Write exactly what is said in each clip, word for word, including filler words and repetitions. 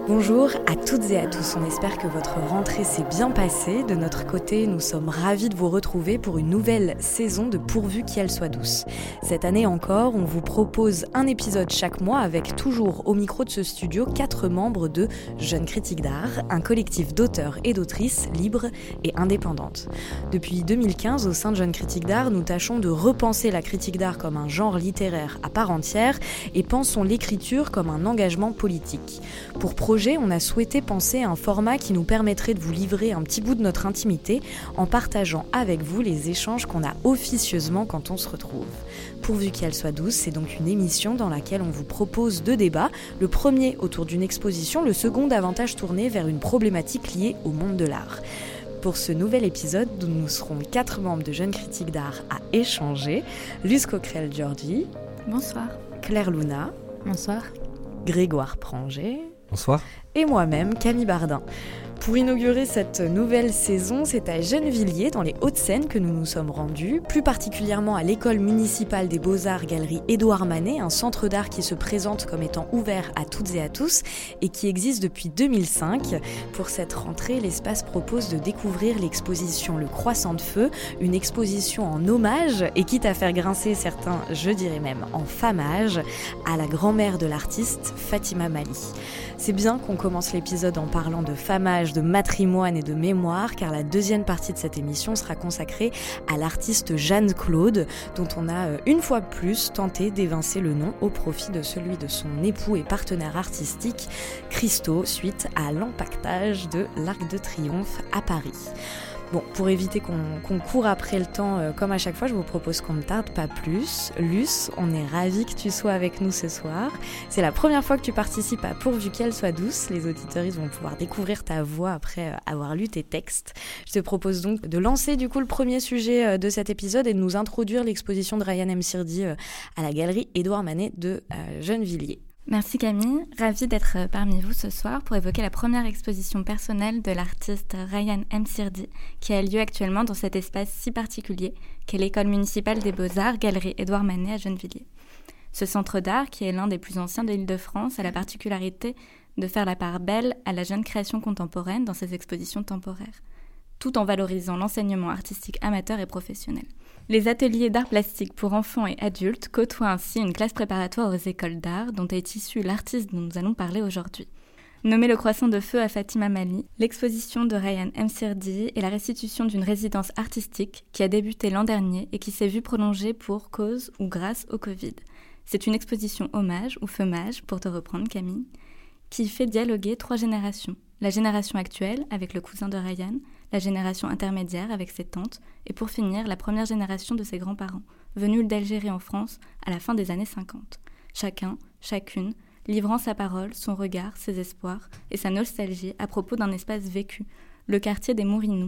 Bonjour à toutes et à tous, on espère que votre rentrée s'est bien passée. De notre côté, nous sommes ravis de vous retrouver pour une nouvelle saison de Pourvu qu'elle soit douce. Cette année encore, on vous propose un épisode chaque mois avec toujours au micro de ce studio quatre membres de Jeunes Critiques d'Art, un collectif d'auteurs et d'autrices libres et indépendantes. Depuis deux mille quinze, au sein de Jeunes Critiques d'Art, nous tâchons de repenser la critique d'art comme un genre littéraire à part entière et pensons l'écriture comme un engagement politique. Pour on a souhaité penser à un format qui nous permettrait de vous livrer un petit bout de notre intimité en partageant avec vous les échanges qu'on a officieusement quand on se retrouve. Pourvu qu'elle soit douce, c'est donc une émission dans laquelle on vous propose deux débats, le premier autour d'une exposition, le second davantage tourné vers une problématique liée au monde de l'art. Pour ce nouvel épisode, nous serons quatre membres de Jeunes Critiques d'Art à échanger. Luce Coquerel-Giorgi. Bonsoir. Claire Luna. Bonsoir. Grégoire Pranger. Bonsoir. Et moi-même, Camille Bardin. Pour inaugurer cette nouvelle saison, c'est à Gennevilliers, dans les Hauts-de-Seine, que nous nous sommes rendus, plus particulièrement à l'école municipale des Beaux-Arts Galerie Édouard Manet, un centre d'art qui se présente comme étant ouvert à toutes et à tous et qui existe depuis deux mille cinq. Pour cette rentrée, l'espace propose de découvrir l'exposition Le Croissant de Feu, une exposition en hommage et quitte à faire grincer certains, je dirais même en famage, à la grand-mère de l'artiste, Fatima Mali. C'est bien qu'on commence l'épisode en parlant de famage, de matrimoine et de mémoire, car la deuxième partie de cette émission sera consacrée à l'artiste Jeanne Claude, dont on a une fois de plus tenté d'évincer le nom au profit de celui de son époux et partenaire artistique, Christo, suite à l'empaquetage de l'Arc de Triomphe à Paris. Bon, pour éviter qu'on, qu'on court après le temps, euh, comme à chaque fois, je vous propose qu'on ne tarde pas plus. Luce, on est ravis que tu sois avec nous ce soir. C'est la première fois que tu participes à Pourvu qu'elle soit douce. Les auditeurs vont pouvoir découvrir ta voix après euh, avoir lu tes textes. Je te propose donc de lancer du coup le premier sujet euh, de cet épisode et de nous introduire l'exposition de Ryan M. Sirdi euh, à la galerie Édouard Manet de euh, Gennevilliers. Merci Camille, ravie d'être parmi vous ce soir pour évoquer la première exposition personnelle de l'artiste Ryan M. Sirdi qui a lieu actuellement dans cet espace si particulier qu'est l'école municipale des Beaux-Arts Galerie Édouard Manet à Gennevilliers. Ce centre d'art, qui est l'un des plus anciens de l'Île-de-France, a la particularité de faire la part belle à la jeune création contemporaine dans ses expositions temporaires, tout en valorisant l'enseignement artistique amateur et professionnel. Les ateliers d'art plastique pour enfants et adultes côtoient ainsi une classe préparatoire aux écoles d'art dont est issu l'artiste dont nous allons parler aujourd'hui. Nommé Le Croissant de Feu à Fatima Mali, l'exposition de Ryan M. Sirdi est la restitution d'une résidence artistique qui a débuté l'an dernier et qui s'est vue prolongée pour cause ou grâce au Covid. C'est une exposition hommage ou feumage, pour te reprendre Camille, qui fait dialoguer trois générations. La génération actuelle, avec le cousin de Ryan, la génération intermédiaire avec ses tantes, et pour finir, la première génération de ses grands-parents, venus d'Algérie en France à la fin des années cinquante. Chacun, chacune, livrant sa parole, son regard, ses espoirs et sa nostalgie à propos d'un espace vécu, le quartier des Mourinous,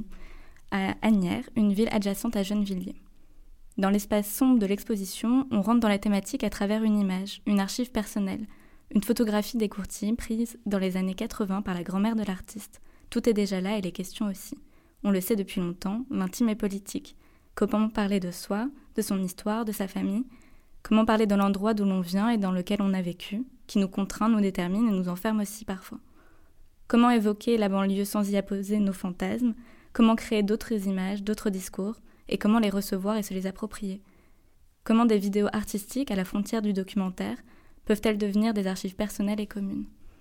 à Asnières, une ville adjacente à Gennevilliers. Dans l'espace sombre de l'exposition, on rentre dans la thématique à travers une image, une archive personnelle, une photographie des courtiers prise dans les années quatre-vingts par la grand-mère de l'artiste. Tout est déjà là et les questions aussi. On le sait depuis longtemps, l'intime est politique. Comment parler de soi, de son histoire, de sa famille? Comment parler de l'endroit d'où l'on vient et dans lequel on a vécu, qui nous contraint, nous détermine et nous enferme aussi parfois? Comment évoquer la banlieue sans y apposer nos fantasmes? Comment créer d'autres images, d'autres discours? Et comment les recevoir et se les approprier? Comment des vidéos artistiques à la frontière du documentaire peuvent-elles devenir des archives personnelles et communes?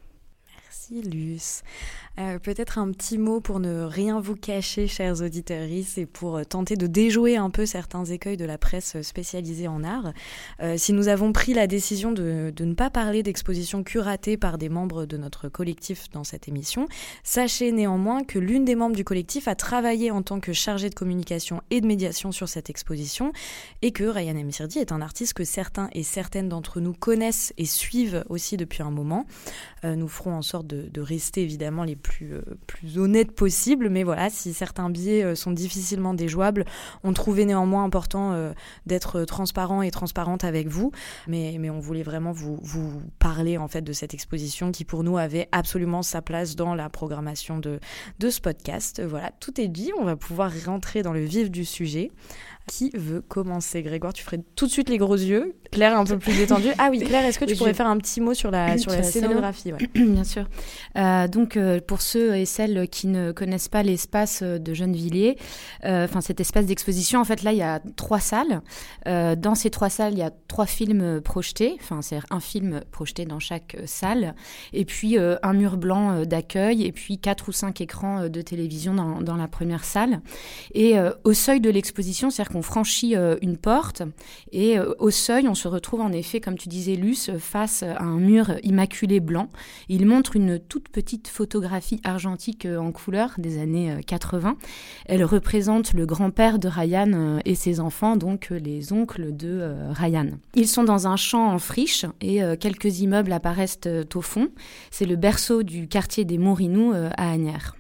Merci Luce. Euh, peut-être un petit mot pour ne rien vous cacher, chers auditeurs, et pour tenter de déjouer un peu certains écueils de la presse spécialisée en art. Euh, si nous avons pris la décision de, de ne pas parler d'expositions curatées par des membres de notre collectif dans cette émission, sachez néanmoins que l'une des membres du collectif a travaillé en tant que chargée de communication et de médiation sur cette exposition et que Ryan M. Sirdi est un artiste que certains et certaines d'entre nous connaissent et suivent aussi depuis un moment. Euh, nous ferons en sorte de, de rester évidemment les plus, euh, plus honnêtes possibles, mais voilà, si certains biais euh, sont difficilement déjouables, on trouvait néanmoins important euh, d'être transparent et transparente avec vous, mais, mais on voulait vraiment vous, vous parler en fait de cette exposition qui pour nous avait absolument sa place dans la programmation de, de ce podcast. Voilà, tout est dit, on va pouvoir rentrer dans le vif du sujet. Qui veut commencer? Grégoire, tu ferais tout de suite les gros yeux. Claire, un peu plus détendue. Ah oui, Claire, est-ce que tu je... pourrais faire un petit mot sur la, sur la scénographie? Ouais. Bien sûr. sûr. Euh, donc, euh, pour ceux et celles qui ne connaissent pas l'espace de Gennevilliers, enfin euh, cet espace d'exposition, en fait, là, il y a trois salles. Euh, dans ces trois salles, il y a trois films projetés, enfin, c'est un film projeté dans chaque salle, et puis euh, un mur blanc d'accueil, et puis quatre ou cinq écrans de télévision dans, dans la première salle. Et euh, au seuil de l'exposition, c'est-à-dire qu'on franchit euh, une porte, et euh, au seuil, on se retrouve en effet, comme tu disais, Luce, face à un mur immaculé blanc. Il montre une toute petite photographie argentique en couleur des années quatre-vingts. Elle représente le grand-père de Ryan et ses enfants, donc les oncles de Ryan. Ils sont dans un champ en friche et quelques immeubles apparaissent au fond. C'est le berceau du quartier des Morinous à Asnières.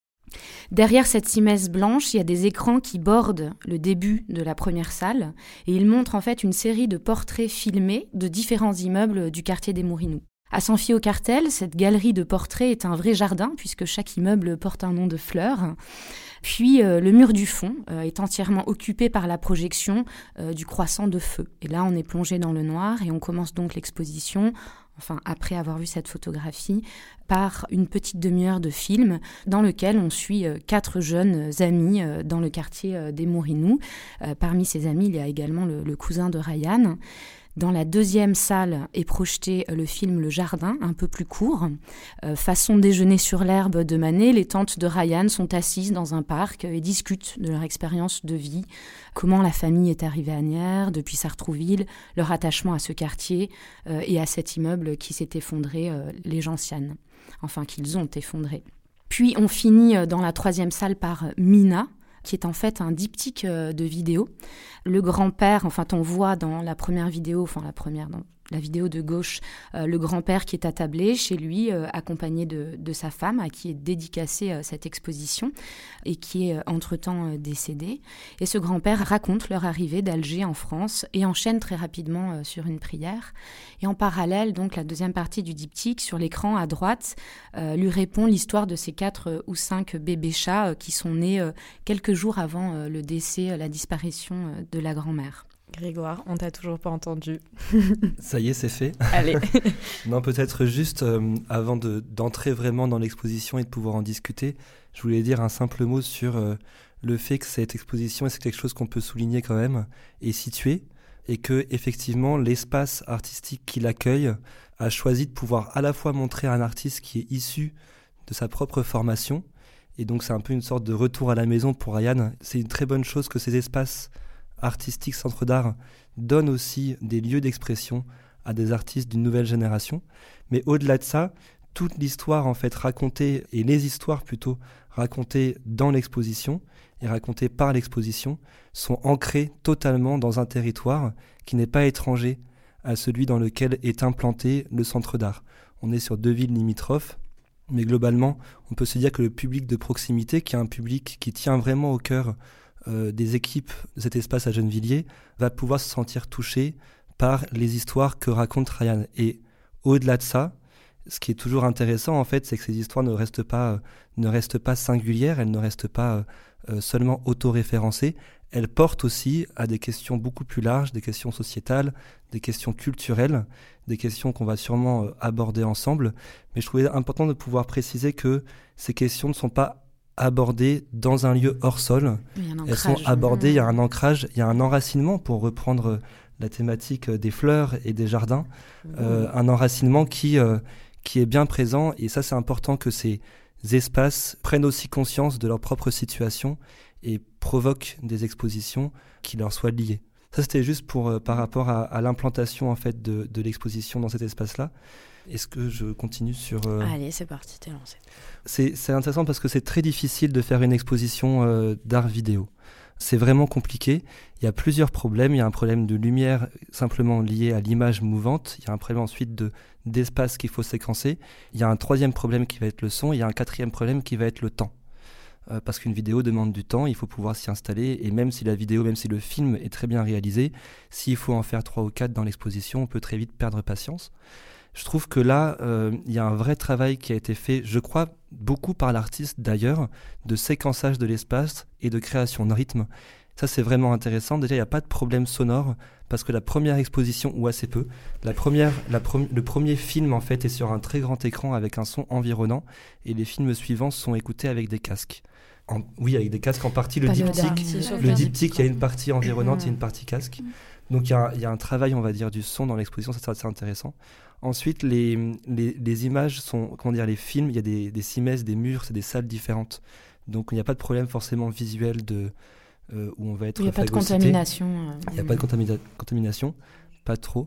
Derrière cette simesse blanche, il y a des écrans qui bordent le début de la première salle et ils montrent en fait une série de portraits filmés de différents immeubles du quartier des Morinous. À s'en fier au cartel, cette galerie de portraits est un vrai jardin puisque chaque immeuble porte un nom de fleurs. Puis euh, le mur du fond euh, est entièrement occupé par la projection euh, du croissant de feu. Et là, on est plongé dans le noir et on commence donc l'exposition, enfin après avoir vu cette photographie, par une petite demi-heure de film dans lequel on suit euh, quatre jeunes amis euh, dans le quartier euh, des Morinous. Euh, parmi ces amis, il y a également le, le cousin de Ryan. Dans la deuxième salle est projeté le film Le Jardin, un peu plus court. Euh, façon déjeuner sur l'herbe de Manet, les tantes de Ryan sont assises dans un parc et discutent de leur expérience de vie, comment la famille est arrivée à Asnières, depuis Sartrouville, leur attachement à ce quartier euh, et à cet immeuble qui s'est effondré, euh, les Gentianes, enfin qu'ils ont effondré. Puis on finit dans la troisième salle par Mina, qui est en fait un diptyque de vidéos. Le grand-père, enfin on voit dans la première vidéo, enfin la première, dans la vidéo de gauche, euh, le grand-père qui est attablé chez lui, euh, accompagné de, de sa femme, à qui est dédicacée euh, cette exposition, et qui est euh, entre-temps euh, décédé. Et ce grand-père raconte leur arrivée d'Alger en France, et enchaîne très rapidement euh, sur une prière. Et en parallèle, donc la deuxième partie du diptyque, sur l'écran à droite, euh, lui répond l'histoire de ces quatre euh, ou cinq bébés chats euh, qui sont nés euh, quelques jours avant euh, le décès, euh, la disparition euh, de la grand-mère. Grégoire, on t'a toujours pas entendu. Ça y est, c'est fait. Allez. Non, peut-être juste, euh, avant de, d'entrer vraiment dans l'exposition et de pouvoir en discuter, je voulais dire un simple mot sur euh, le fait que cette exposition, et c'est quelque chose qu'on peut souligner quand même, est située, et que effectivement l'espace artistique qui l'accueille a choisi de pouvoir à la fois montrer un artiste qui est issu de sa propre formation, et donc c'est un peu une sorte de retour à la maison pour Ryan. C'est une très bonne chose que ces espaces artistique, centre d'art, donne aussi des lieux d'expression à des artistes d'une nouvelle génération. Mais au-delà de ça, toute l'histoire en fait racontée, et les histoires plutôt racontées dans l'exposition et racontées par l'exposition, sont ancrées totalement dans un territoire qui n'est pas étranger à celui dans lequel est implanté le centre d'art. On est sur deux villes limitrophes, mais globalement, on peut se dire que le public de proximité, qui est un public qui tient vraiment au cœur Euh, des équipes de cet espace à Gennevilliers, va pouvoir se sentir touché par les histoires que raconte Ryan. Et au-delà de ça, ce qui est toujours intéressant, en fait, c'est que ces histoires ne restent pas, euh, ne restent pas singulières, elles ne restent pas euh, seulement autoréférencées, elles portent aussi à des questions beaucoup plus larges, des questions sociétales, des questions culturelles, des questions qu'on va sûrement euh, aborder ensemble. Mais je trouvais important de pouvoir préciser que ces questions ne sont pas abordées dans un lieu hors sol. Elles sont abordées, il y a un ancrage, il y a un enracinement, pour reprendre la thématique des fleurs et des jardins, mmh. euh, un enracinement qui, euh, qui est bien présent, et ça c'est important que ces espaces prennent aussi conscience de leur propre situation et provoquent des expositions qui leur soient liées. Ça c'était juste pour, euh, par rapport à, à l'implantation en fait, de, de l'exposition dans cet espace-là. Est-ce que je continue sur... Euh... Allez, c'est parti, t'es lancé. C'est, c'est intéressant parce que c'est très difficile de faire une exposition euh, d'art vidéo. C'est vraiment compliqué. Il y a plusieurs problèmes. Il y a un problème de lumière simplement lié à l'image mouvante. Il y a un problème ensuite de, d'espace qu'il faut séquencer. Il y a un troisième problème qui va être le son. Il y a un quatrième problème qui va être le temps. Euh, parce qu'une vidéo demande du temps, il faut pouvoir s'y installer. Et même si la vidéo, même si le film est très bien réalisé, s'il faut en faire trois ou quatre dans l'exposition, on peut très vite perdre patience. Je trouve que là, euh, il y a un vrai travail qui a été fait, je crois, beaucoup par l'artiste d'ailleurs, de séquençage de l'espace et de création de rythme. Ça, c'est vraiment intéressant. Déjà, il n'y a pas de problème sonore parce que la première exposition, ou assez peu, la première, la pre- le premier film, en fait, est sur un très grand écran avec un son environnant et les films suivants sont écoutés avec des casques. En, oui, avec des casques en partie. Le Pas diptyque, le le diptyque, il y a une partie environnante, il y a une partie casque. Donc, il y, a, il y a un travail, on va dire, du son dans l'exposition, ça, c'est assez intéressant. Ensuite, les, les, les images sont, comment dire, les films, il y a des, des cimaises, des murs, c'est des salles différentes. Donc, il n'y a pas de problème forcément visuel de... Euh, où on va être il n'y a pas de phagocyté. contamination. Il n'y a pas de contamina- contamination, pas trop.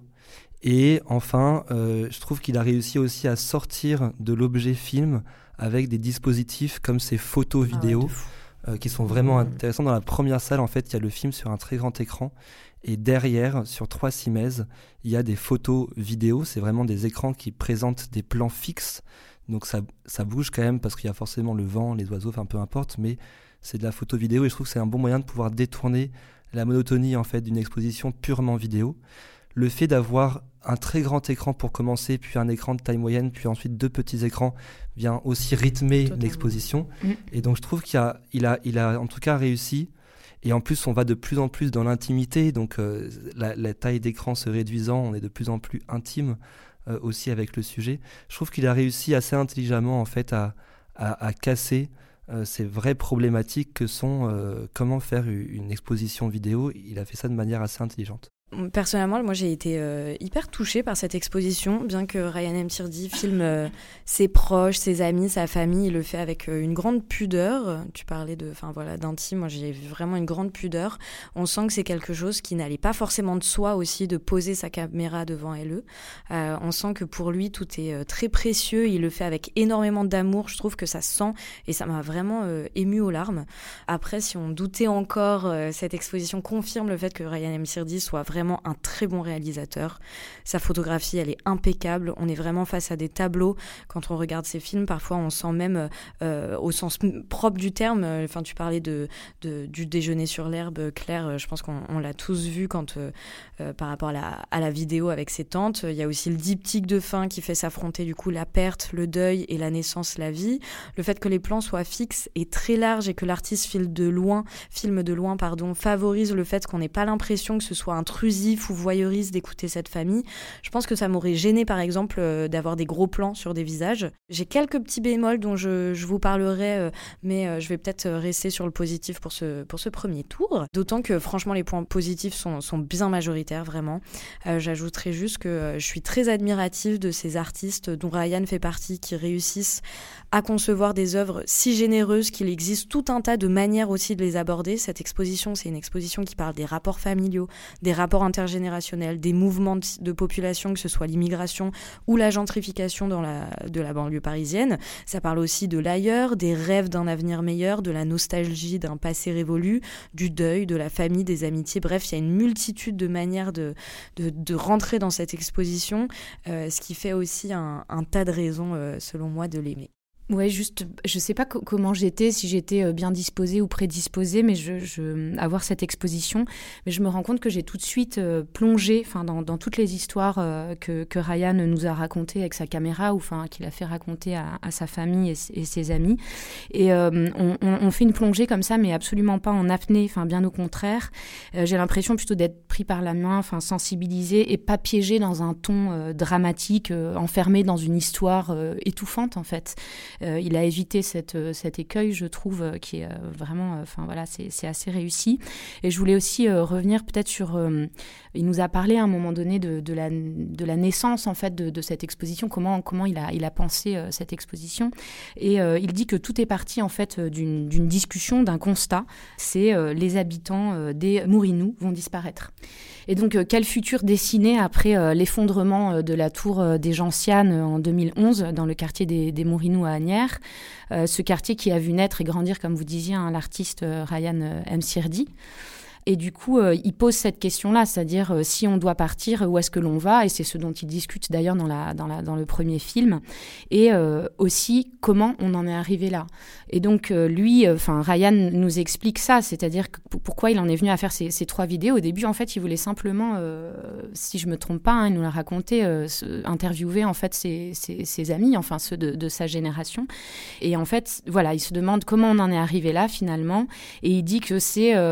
Et enfin, euh, je trouve qu'il a réussi aussi à sortir de l'objet film avec des dispositifs comme ces photos vidéo ah ouais, euh, qui sont vraiment mmh. intéressants. Dans la première salle, en fait, il y a le film sur un très grand écran et derrière, sur trois cimaises, il y a des photos vidéo. C'est vraiment des écrans qui présentent des plans fixes. Donc ça, ça bouge quand même parce qu'il y a forcément le vent, les oiseaux, enfin peu importe, mais c'est de la photo vidéo et je trouve que c'est un bon moyen de pouvoir détourner la monotonie en fait d'une exposition purement vidéo. Le fait d'avoir un très grand écran pour commencer, puis un écran de taille moyenne, puis ensuite deux petits écrans vient aussi rythmer Totalement. l'exposition. Mmh. Et donc je trouve qu'il a, il a, il a en tout cas réussi. Et en plus, on va de plus en plus dans l'intimité, donc euh, la, la taille d'écran se réduisant, on est de plus en plus intime euh, aussi avec le sujet. Je trouve qu'il a réussi assez intelligemment en fait à, à, à casser Euh, ces vraies problématiques que sont euh, comment faire une exposition vidéo. Il a fait ça de manière assez intelligente. Personnellement, moi j'ai été euh, hyper touchée par cette exposition, bien que Ryan M. Sirdi filme euh, ses proches, ses amis, sa famille, il le fait avec euh, une grande pudeur. Tu parlais de, enfin voilà, d'intime, moi j'ai vu vraiment une grande pudeur. On sent que c'est quelque chose qui n'allait pas forcément de soi aussi de poser sa caméra devant elle. Euh, on sent que pour lui tout est euh, très précieux, il le fait avec énormément d'amour. Je trouve que ça sent et ça m'a vraiment euh, émue aux larmes. Après, si on doutait encore, euh, cette exposition confirme le fait que Ryan M. Sirdi soit vraiment vraiment un très bon réalisateur. Sa photographie, elle est impeccable. On est vraiment face à des tableaux. Quand on regarde ses films, parfois on sent même, euh, au sens propre du terme, euh, enfin tu parlais de, de, du déjeuner sur l'herbe, Claire, je pense qu'on on l'a tous vu quand, euh, euh, par rapport à la, à la vidéo avec ses tantes. Il y a aussi le diptyque de fin qui fait s'affronter du coup la perte, le deuil et la naissance, la vie. Le fait que les plans soient fixes et très larges et que l'artiste filme de loin, filme de loin pardon, favorise le fait qu'on n'ait pas l'impression que ce soit intrusif ou voyeuriste d'écouter cette famille. Je pense que ça m'aurait gêné par exemple euh, d'avoir des gros plans sur des visages. J'ai quelques petits bémols dont je, je vous parlerai, euh, mais euh, je vais peut-être rester sur le positif pour ce, pour ce premier tour. D'autant que franchement les points positifs sont, sont bien majoritaires vraiment. Euh, j'ajouterai juste que euh, je suis très admirative de ces artistes dont Ryan fait partie qui réussissent à concevoir des œuvres si généreuses qu'il existe tout un tas de manières aussi de les aborder. Cette exposition, c'est une exposition qui parle des rapports familiaux, des rapports intergénérationnels, des mouvements de, de population, que ce soit l'immigration ou la gentrification dans la, de la banlieue parisienne. Ça parle aussi de l'ailleurs, des rêves d'un avenir meilleur, de la nostalgie d'un passé révolu, du deuil, de la famille, des amitiés. Bref, il y a une multitude de manières de, de, de rentrer dans cette exposition, euh, ce qui fait aussi un, un tas de raisons, euh, selon moi, de l'aimer. Ouais, juste, je sais pas co- comment j'étais, si j'étais bien disposée ou prédisposée, mais je, je, à voir cette exposition. Mais je me rends compte que j'ai tout de suite euh, plongé, enfin, dans, dans toutes les histoires euh, que, que Ryan nous a racontées avec sa caméra, ou enfin, qu'il a fait raconter à, à sa famille et, et ses amis. Et euh, on, on, on fait une plongée comme ça, mais absolument pas en apnée, enfin, bien au contraire. Euh, j'ai l'impression plutôt d'être pris par la main, enfin, sensibilisé et pas piégé dans un ton euh, dramatique, euh, enfermé dans une histoire euh, étouffante, en fait. Euh, il a évité cette, cet écueil, je trouve, euh, qui est euh, vraiment, enfin euh, voilà, c'est, c'est assez réussi. Et je voulais aussi euh, revenir peut-être sur, euh, il nous a parlé à un moment donné de, de, la, de la naissance en fait de, de cette exposition, comment, comment il a, il a pensé euh, cette exposition. Et euh, il dit que tout est parti en fait d'une, d'une discussion, d'un constat, c'est euh, les habitants euh, des Mourinous vont disparaître. Et donc, euh, quel futur dessiner après euh, l'effondrement euh, de la tour euh, des Gentianes euh, en deux mille onze dans le quartier des, des Mourinous à Asnières, euh, ce quartier qui a vu naître et grandir, comme vous disiez, hein, l'artiste euh, Ryan euh, M. Sirdi. Et du coup, euh, il pose cette question-là, c'est-à-dire euh, si on doit partir, où est-ce que l'on va ? Et c'est ce dont il discute d'ailleurs dans, la, dans, la, dans le premier film. Et euh, aussi, comment on en est arrivé là ? Et donc, euh, lui, enfin, euh, Ryan nous explique ça, c'est-à-dire que, p- pourquoi il en est venu à faire ces, ces trois vidéos. Au début, en fait, il voulait simplement, euh, si je ne me trompe pas, hein, il nous l'a raconté, euh, interviewer en fait ses, ses, ses amis, enfin ceux de, de sa génération. Et en fait, voilà, il se demande comment on en est arrivé là finalement. Et il dit que c'est... Euh,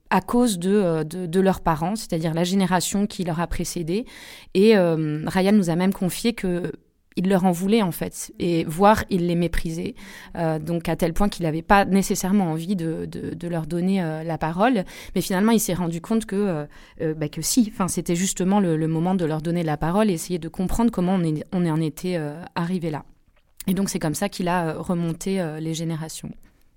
à cause de, de, de leurs parents, c'est-à-dire la génération qui leur a précédé. Et euh, Ryan nous a même confié que il leur en voulait en fait, et voire il les méprisait, euh, donc à tel point qu'il n'avait pas nécessairement envie de, de, de leur donner euh, la parole, mais finalement il s'est rendu compte que, euh, euh, bah, que si, c'était justement le, le moment de leur donner la parole et essayer de comprendre comment on, est, on en était euh, arrivé là. Et donc c'est comme ça qu'il a remonté euh, les générations.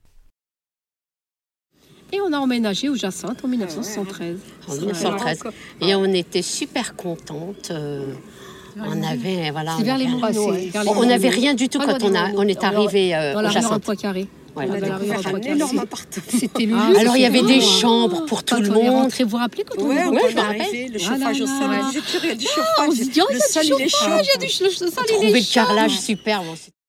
Et on a emménagé au Jacinthe en dix-neuf cent soixante-treize. En dix-neuf cent treize. Et on était super contentes. Euh... On avait, voilà, c'est vers les Moulineaux. On n'avait rien du tout quand on, a, on est arrivé euh, dans la au Jacinthe. Dans la Poincaré. Ouais, on a découvert un énorme appartement. C'était ah, alors il y avait des chambres pour tout le monde. Vous vous rappelez quand on ouais, est rentré, je me rappelle. Le chauffage au sol. J'ai plus rien du chauffage. On se dit, oh, il y a du chauffage, il y a du chauffage. On trouvait le carrelage superbe.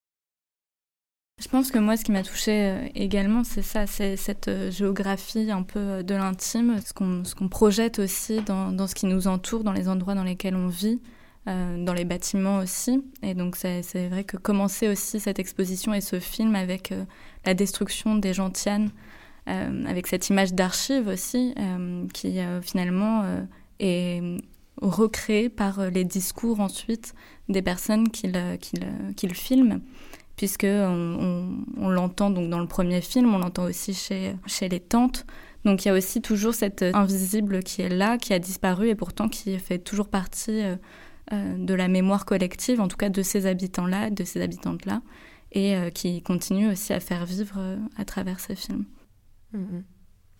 Je pense que moi, ce qui m'a touchée également, c'est ça, c'est cette géographie un peu de l'intime, ce qu'on, ce qu'on projette aussi dans, dans ce qui nous entoure, dans les endroits dans lesquels on vit. Euh, dans les bâtiments aussi. Et donc c'est, c'est vrai que commencer aussi cette exposition et ce film avec euh, la destruction des gentianes, euh, avec cette image d'archive aussi, euh, qui euh, finalement euh, est recréée par les discours ensuite des personnes qui le, qui le, qui le filment, puisque on, on, on l'entend donc dans le premier film, on l'entend aussi chez, chez les tantes. Donc il y a aussi toujours cet invisible qui est là, qui a disparu et pourtant qui fait toujours partie euh, Euh, de la mémoire collective, en tout cas de ces habitants-là, de ces habitantes-là, et euh, qui continue aussi à faire vivre euh, à travers ces films. Mmh. Grégoire ?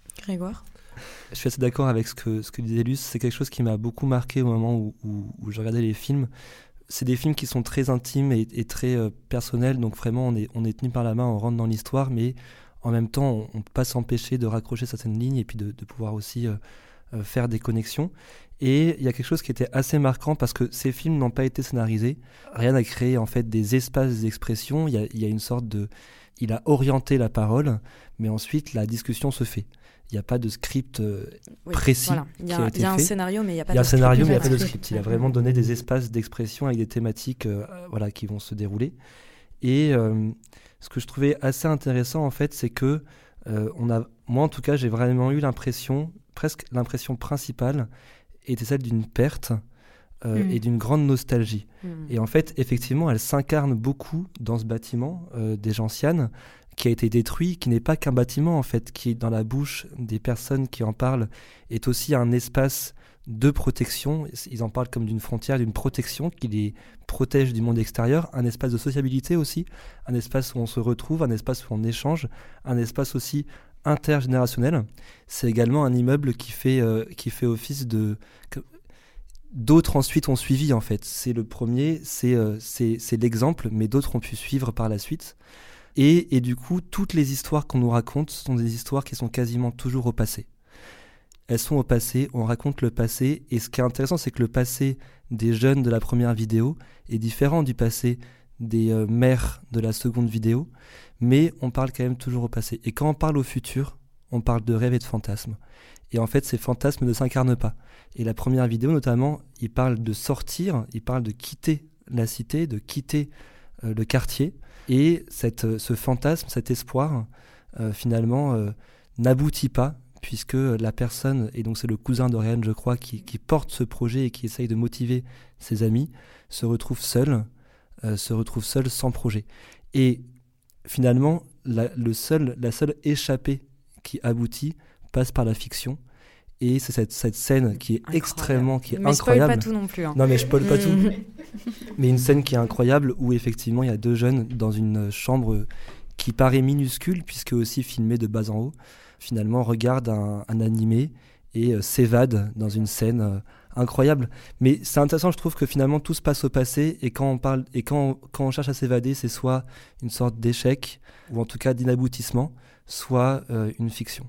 Je suis assez d'accord avec ce que, ce que disait Luce. C'est quelque chose qui m'a beaucoup marqué au moment où, où, où je regardais les films. C'est des films qui sont très intimes et, et très euh, personnels, donc vraiment on est, on est tenu par la main, on rentre dans l'histoire, mais en même temps on ne peut pas s'empêcher de raccrocher certaines lignes et puis de, de pouvoir aussi euh, euh, faire des connexions. Et il y a quelque chose qui était assez marquant parce que ces films n'ont pas été scénarisés. Ryan a créé en fait des espaces d'expression. Il y a, il y a une sorte de... Il a orienté la parole, mais ensuite la discussion se fait. Il n'y a pas de script euh, oui, précis voilà. Il y a, qui a été il y a un fait. scénario, mais il n'y a pas il y a de un scénario, script. mais il n'y a pas de script. Il a vraiment donné des espaces d'expression avec des thématiques euh, voilà, qui vont se dérouler. Et euh, ce que je trouvais assez intéressant, en fait, c'est que euh, on a, moi, en tout cas, j'ai vraiment eu l'impression, presque l'impression principale, était celle d'une perte euh, mmh. et d'une grande nostalgie. Mmh. Et en fait, effectivement, elle s'incarne beaucoup dans ce bâtiment euh, des Gentianes, qui a été détruit, qui n'est pas qu'un bâtiment, en fait, qui, dans la bouche des personnes qui en parlent, est aussi un espace de protection. Ils en parlent comme d'une frontière, d'une protection qui les protège du monde extérieur, un espace de sociabilité aussi, un espace où on se retrouve, un espace où on échange, un espace aussi intergénérationnel. C'est également un immeuble qui fait, euh, qui fait office de... Que, d'autres ensuite ont suivi en fait. C'est le premier, c'est, euh, c'est, c'est l'exemple, mais d'autres ont pu suivre par la suite. Et, et du coup, toutes les histoires qu'on nous raconte sont des histoires qui sont quasiment toujours au passé. Elles sont au passé, on raconte le passé, et ce qui est intéressant, c'est que le passé des jeunes de la première vidéo est différent du passé des euh, mères de la seconde vidéo, mais on parle quand même toujours au passé. Et quand on parle au futur, on parle de rêves et de fantasmes. Et en fait, ces fantasmes ne s'incarnent pas. Et la première vidéo, notamment, il parle de sortir, il parle de quitter la cité, de quitter euh, le quartier. Et cette, ce fantasme, cet espoir, euh, finalement, euh, n'aboutit pas, puisque la personne, et donc c'est le cousin de Ryan, je crois, qui, qui porte ce projet et qui essaye de motiver ses amis, se retrouve seul, euh, se retrouve seul sans projet. Et finalement, la, le seul, la seule échappée qui aboutit passe par la fiction. Et c'est cette, cette scène qui est incroyable. extrêmement qui est mais incroyable. Mais spoil pas tout non plus. Hein. Non, mais je spoil pas tout. Mais une scène qui est incroyable où effectivement il y a deux jeunes dans une chambre qui paraît minuscule puisque aussi filmée de bas en haut. Finalement, regardent un, un animé et euh, s'évadent dans une scène euh, incroyable. Mais c'est intéressant, je trouve que finalement tout se passe au passé et quand on parle et quand on, quand on cherche à s'évader, c'est soit une sorte d'échec ou en tout cas d'inaboutissement, soit euh, une fiction.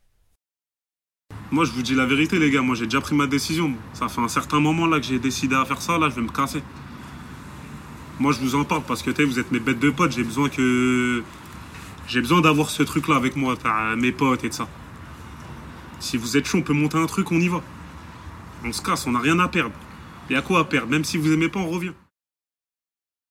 Moi, je vous dis la vérité, les gars. Moi, j'ai déjà pris ma décision. Ça fait un certain moment là que j'ai décidé à faire ça. Là, je vais me casser. Moi, je vous en parle parce que vous êtes mes bêtes de potes. J'ai besoin que j'ai besoin d'avoir ce truc-là avec moi, mes potes et de ça. Si vous êtes chaud, on peut monter un truc, on y va. On se casse, on n'a rien à perdre. Il y a quoi à perdre? Même si vous aimez pas, on revient.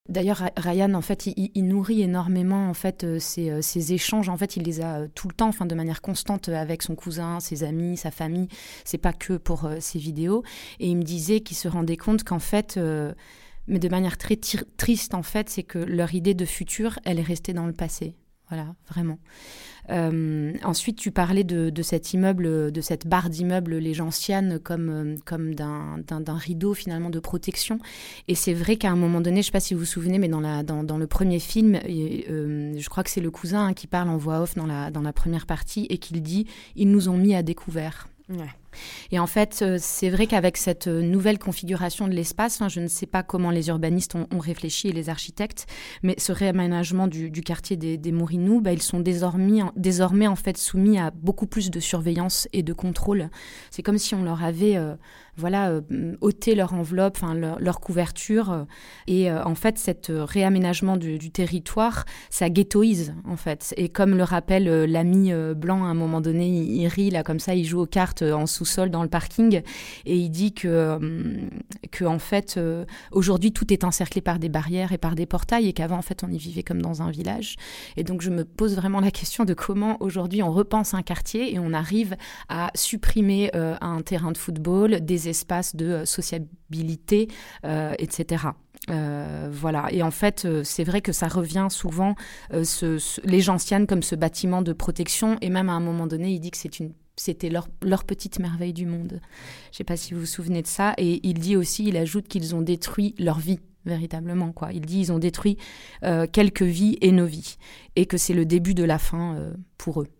D'ailleurs, Ryan, en fait, il, il nourrit énormément en fait euh, ces, euh, ces échanges. En fait, il les a euh, tout le temps, enfin, de manière constante, avec son cousin, ses amis, sa famille. C'est pas que pour euh, ses vidéos. Et il me disait qu'il se rendait compte qu'en fait, euh, mais de manière très tir- triste, en fait, c'est que leur idée de futur, elle est restée dans le passé. Voilà, vraiment. Euh, ensuite, tu parlais de, de cet immeuble, de cette barre d'immeuble légencienne comme, comme d'un, d'un, d'un rideau finalement de protection. Et c'est vrai qu'à un moment donné, je ne sais pas si vous vous souvenez, mais dans, la, dans, dans le premier film, et, euh, je crois que c'est le cousin hein, qui parle en voix off dans la, dans la première partie et qu'il dit « Ils nous ont mis à découvert ». Ouais. Et en fait, c'est vrai qu'avec cette nouvelle configuration de l'espace, hein, je ne sais pas comment les urbanistes ont, ont réfléchi et les architectes, mais ce réaménagement du, du quartier des, des Mourinous, bah, ils sont désormais, désormais en fait soumis à beaucoup plus de surveillance et de contrôle. C'est comme si on leur avait euh, voilà, euh, ôté leur enveloppe, leur, leur couverture. Euh, et euh, en fait, cet réaménagement du, du territoire, ça ghettoise en fait. Et comme le rappelle euh, l'ami euh, blanc, à un moment donné, il, il rit là comme ça, il joue aux cartes euh, en sous-sol dans le parking et il dit que, euh, que en fait, euh, aujourd'hui, tout est encerclé par des barrières et par des portails et qu'avant, en fait, on y vivait comme dans un village. Et donc, je me pose vraiment la question de comment aujourd'hui on repense un quartier et on arrive à supprimer euh, un terrain de football, des espaces de sociabilité, euh, et cetera. Euh, voilà. Et en fait, euh, c'est vrai que ça revient souvent, euh, ce, ce, les Gentianes comme ce bâtiment de protection. Et même à un moment donné, il dit que c'est une, c'était leur, leur petite merveille du monde. Je ne sais pas si vous vous souvenez de ça. Et il dit aussi, il ajoute qu'ils ont détruit leur vie, véritablement, quoi. Il dit ils ont détruit euh, quelques vies et nos vies. Et que c'est le début de la fin euh, pour eux.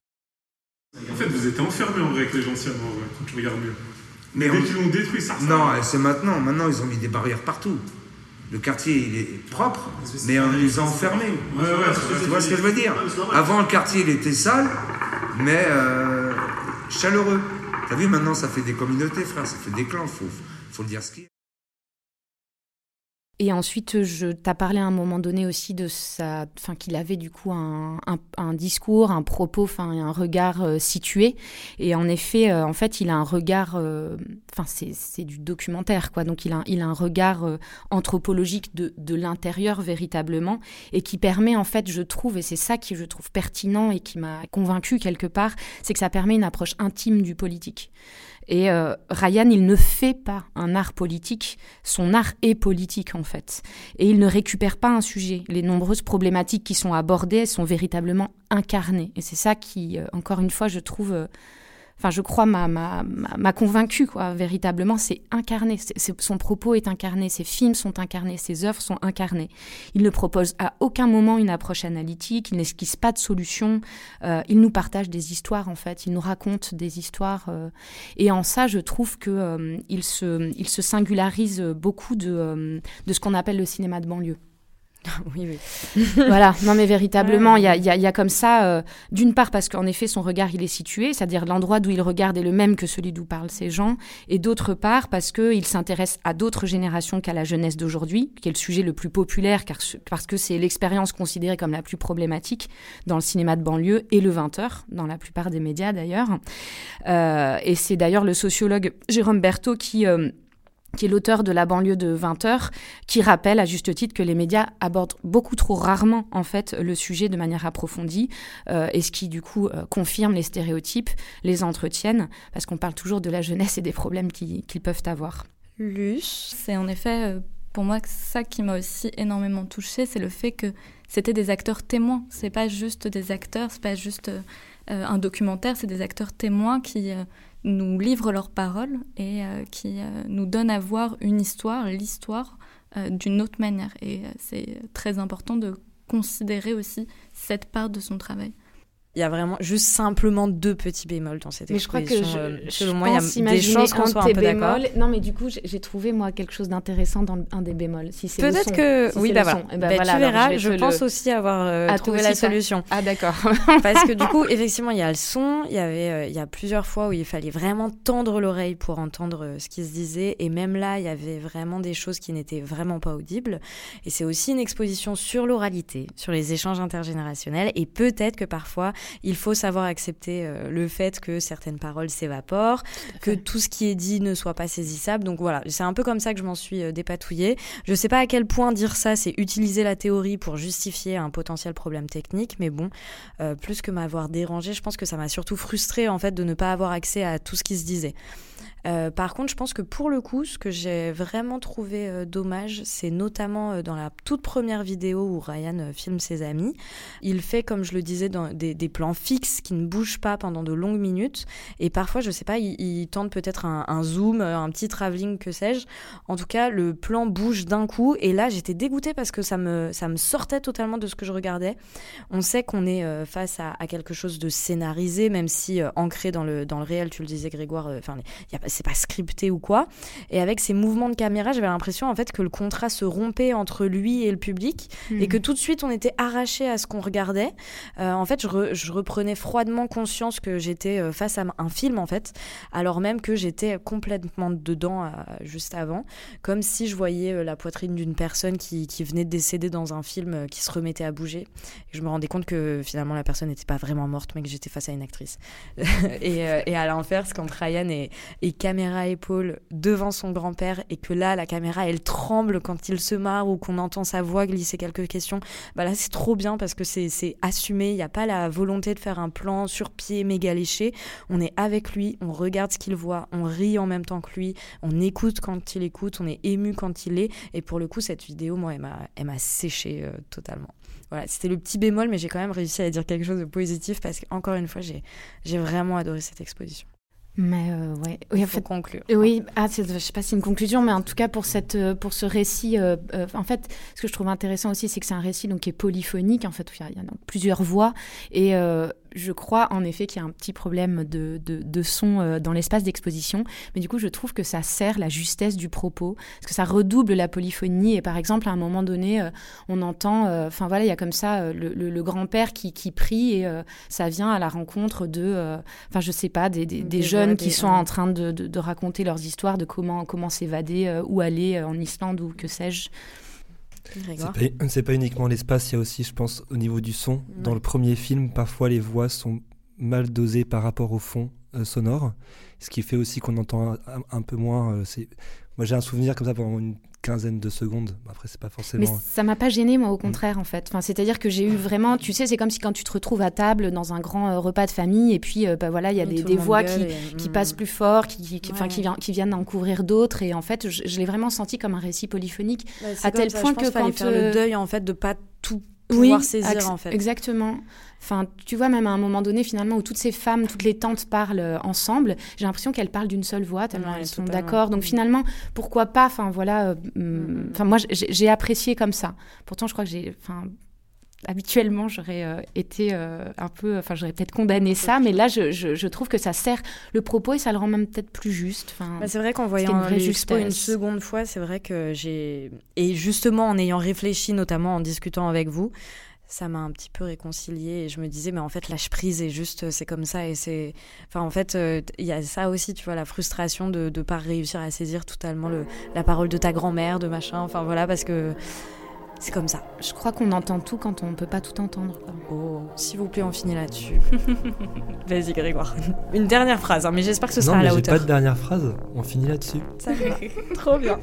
En fait, vous étiez enfermés en vrai avec les Gentianes, en vrai, quand tu regardes mieux. Mais dès on... qu'ils l'ont détruit, ça Non, c'est maintenant. Maintenant, ils ont mis des barrières partout. Le quartier, il est propre, mais on nous a enfermés. Ouais, ouais, tu vois ce que je veux dire ? Avant, le quartier, il était sale, mais euh, chaleureux. T'as vu, maintenant, ça fait des communautés, frère, ça fait des clans, faut, faut le dire ce qu'il y a. Et ensuite, je t'ai parlé à un moment donné aussi de sa, enfin, qu'il avait du coup un, un, un discours, un propos, enfin, un regard euh, situé. Et en effet, euh, en fait, il a un regard, euh, enfin, c'est, c'est du documentaire, quoi. Donc, il a, il a un regard euh, anthropologique de, de l'intérieur véritablement, et qui permet, en fait, je trouve, et c'est ça qui je trouve pertinent et qui m'a convaincue quelque part, c'est que ça permet une approche intime du politique. Et euh, Ryan, il ne fait pas un art politique, son art est politique en fait. Et il ne récupère pas un sujet. Les nombreuses problématiques qui sont abordées, elles sont véritablement incarnées. Et c'est ça qui, euh, encore une fois, je trouve... Euh, Enfin, je crois, m'a, m'a, m'a convaincue, quoi. Véritablement, c'est incarné. C'est, c'est, son propos est incarné, ses films sont incarnés, ses œuvres sont incarnées. Il ne propose à aucun moment une approche analytique, il n'esquisse pas de solution. Euh, il nous partage des histoires, en fait. Il nous raconte des histoires. Euh, et en ça, je trouve qu'il euh, se, il se singularise beaucoup de, euh, de ce qu'on appelle le cinéma de banlieue. Oui, oui. Voilà, non mais véritablement, il ouais. y, a, y, y a comme ça, euh, d'une part parce qu'en effet son regard il est situé, c'est-à-dire l'endroit d'où il regarde est le même que celui d'où parlent ces gens, et d'autre part parce qu'il s'intéresse à d'autres générations qu'à la jeunesse d'aujourd'hui, qui est le sujet le plus populaire, car, parce que c'est l'expérience considérée comme la plus problématique dans le cinéma de banlieue et le vingt heures, dans la plupart des médias d'ailleurs. Euh, et c'est d'ailleurs le sociologue Jérôme Berthaud qui... Euh, qui est l'auteur de La banlieue de vingt heures, qui rappelle à juste titre que les médias abordent beaucoup trop rarement en fait le sujet de manière approfondie, euh, et ce qui du coup euh, confirme les stéréotypes, les entretiennent, parce qu'on parle toujours de la jeunesse et des problèmes qu'ils, qu'ils peuvent avoir. Luce, c'est en effet euh, pour moi ça qui m'a aussi énormément touchée, c'est le fait que c'était des acteurs témoins, c'est pas juste des acteurs, c'est pas juste euh, un documentaire, c'est des acteurs témoins qui... Euh, nous livrent leurs paroles et euh, qui euh, nous donnent à voir une histoire, l'histoire euh, d'une autre manière. Et euh, c'est très important de considérer aussi cette part de son travail. Il y a vraiment juste simplement deux petits bémols dans cette exposition. Mais je crois que je, euh, je selon moi, il y a des chances qu'on soit un peu bémols. d'accord. Non, mais du coup, j'ai, j'ai trouvé, moi, quelque chose d'intéressant dans un des bémols. Si c'est Peut-être le son, que... si oui, c'est bah le voilà. Son. Eh ben bah, voilà. Tu verras, je, je le... pense aussi avoir euh, ah, trouvé la solution. Ah, d'accord. Parce que du coup, effectivement, il y a le son. Il y avait, euh, il y a plusieurs fois où il fallait vraiment tendre l'oreille pour entendre euh, ce qui se disait. Et même là, il y avait vraiment des choses qui n'étaient vraiment pas audibles. Et c'est aussi une exposition sur l'oralité, sur les échanges intergénérationnels. Et peut-être que parfois, il faut savoir accepter euh, le fait que certaines paroles s'évaporent, que tout ce qui est dit ne soit pas saisissable. Donc voilà, c'est un peu comme ça que je m'en suis euh, dépatouillée. Je sais pas à quel point dire ça, c'est utiliser la théorie pour justifier un potentiel problème technique, mais bon, euh, plus que m'avoir dérangée, je pense que ça m'a surtout frustrée en fait de ne pas avoir accès à tout ce qui se disait. Euh, par contre, je pense que pour le coup, ce que j'ai vraiment trouvé euh, dommage, c'est notamment euh, dans la toute première vidéo où Ryan euh, filme ses amis. Il fait, comme je le disais, dans des, des plans fixes qui ne bougent pas pendant de longues minutes. Et parfois, je sais pas, il, il tente peut-être un, un zoom, un petit travelling, que sais-je. En tout cas, le plan bouge d'un coup. Et là, j'étais dégoûtée parce que ça me, ça me sortait totalement de ce que je regardais. On sait qu'on est euh, face à, à quelque chose de scénarisé, même si euh, ancré dans le, dans le réel, tu le disais, Grégoire, enfin, euh, il y a c'est pas scripté ou quoi. Et avec ces mouvements de caméra, j'avais l'impression en fait que le contrat se rompait entre lui et le public mmh. et que tout de suite on était arraché à ce qu'on regardait. Euh, en fait, je, re, je reprenais froidement conscience que j'étais euh, face à un film en fait, alors même que j'étais complètement dedans euh, juste avant, comme si je voyais euh, la poitrine d'une personne qui, qui venait de décéder dans un film euh, qui se remettait à bouger. Et je me rendais compte que finalement la personne n'était pas vraiment morte, mais que j'étais face à une actrice. et, euh, et à l'inverse, quand Ryan est, est caméra à épaule devant son grand-père et que là la caméra elle tremble quand il se marre ou qu'on entend sa voix glisser quelques questions, bah là c'est trop bien parce que c'est, c'est assumé, il n'y a pas la volonté de faire un plan sur pied méga léché, on est avec lui, on regarde ce qu'il voit, on rit en même temps que lui, on écoute quand il écoute, on est ému quand il est, et pour le coup cette vidéo moi elle m'a, elle m'a séché euh, totalement. Voilà, c'était le petit bémol, mais j'ai quand même réussi à dire quelque chose de positif parce qu'encore une fois j'ai, j'ai vraiment adoré cette exposition. Mais euh, ouais, oui, il en faut fait, conclure. Oui, ah, c'est, je sais pas si c'est une conclusion, mais en tout cas pour cette, pour ce récit, euh, euh, en fait, ce que je trouve intéressant aussi, c'est que c'est un récit donc qui est polyphonique, en fait, où il y a, il y a donc plusieurs voix, et euh, je crois en effet qu'il y a un petit problème de, de, de son euh, dans l'espace d'exposition, mais du coup, je trouve que ça sert la justesse du propos, parce que ça redouble la polyphonie. Et par exemple, à un moment donné, euh, on entend, enfin euh, voilà, il y a comme ça euh, le, le, le grand-père qui, qui prie, et euh, ça vient à la rencontre de, enfin, euh, je sais pas, des, des, des, des jeunes qui sont en train de, de, de raconter leurs histoires, de comment, comment s'évader, euh, où aller euh, en Islande ou que sais-je. C'est pas, c'est pas uniquement l'espace, il y a aussi, je pense, au niveau du son. Ouais. Dans le premier film, parfois les voix sont mal dosées par rapport au fond euh, sonore, ce qui fait aussi qu'on entend un, un peu moins. Euh, c'est... Moi, j'ai un souvenir comme ça pendant une quinzaine de secondes. Après, c'est pas forcément... Mais ça m'a pas gênée, moi, au contraire, mmh. en fait. Enfin, c'est-à-dire que j'ai eu vraiment... Tu sais, c'est comme si quand tu te retrouves à table dans un grand euh, repas de famille, et puis, euh, bah, voilà, il y a des, des voix qui, et... qui mmh. passent plus fort, qui, qui, qui, ouais. qui, vient, qui viennent en couvrir d'autres. Et en fait, je, je l'ai vraiment senti comme un récit polyphonique. Bah, à tel ça, point je pense que quand... fallait faire euh... le deuil, en fait, de pas tout pouvoir oui, saisir, ac- en fait. Exactement. Enfin, tu vois, même à un moment donné, finalement, où toutes ces femmes, toutes les tantes parlent ensemble, j'ai l'impression qu'elles parlent d'une seule voix, tellement ouais, elles sont totalement. D'accord. Donc finalement, pourquoi pas, enfin voilà, enfin euh, mm-hmm. moi j'ai, j'ai apprécié comme ça. Pourtant, je crois que j'ai, enfin, habituellement, j'aurais euh, été euh, un peu, enfin, j'aurais peut-être condamné ça, mais là, je, je, je trouve que ça sert le propos et ça le rend même peut-être plus juste. Bah, c'est vrai qu'en voyant l'expo une seconde fois, c'est vrai que j'ai, et justement en ayant réfléchi, notamment en discutant avec vous, ça m'a un petit peu réconciliée et je me disais mais en fait lâche prise et juste c'est comme ça et c'est enfin en fait il euh, y a ça aussi, tu vois, la frustration de de pas réussir à saisir totalement le la parole de ta grand-mère, de machin, enfin voilà, parce que c'est comme ça. Je crois qu'on entend tout quand on peut pas tout entendre, quoi. Oh, s'il vous plaît, on finit là-dessus. Vas-y Grégoire. Une dernière phrase, hein, mais j'espère que ce non, sera à la hauteur. Non, mais j'ai pas de dernière phrase, on finit là-dessus. Ça va. Trop bien.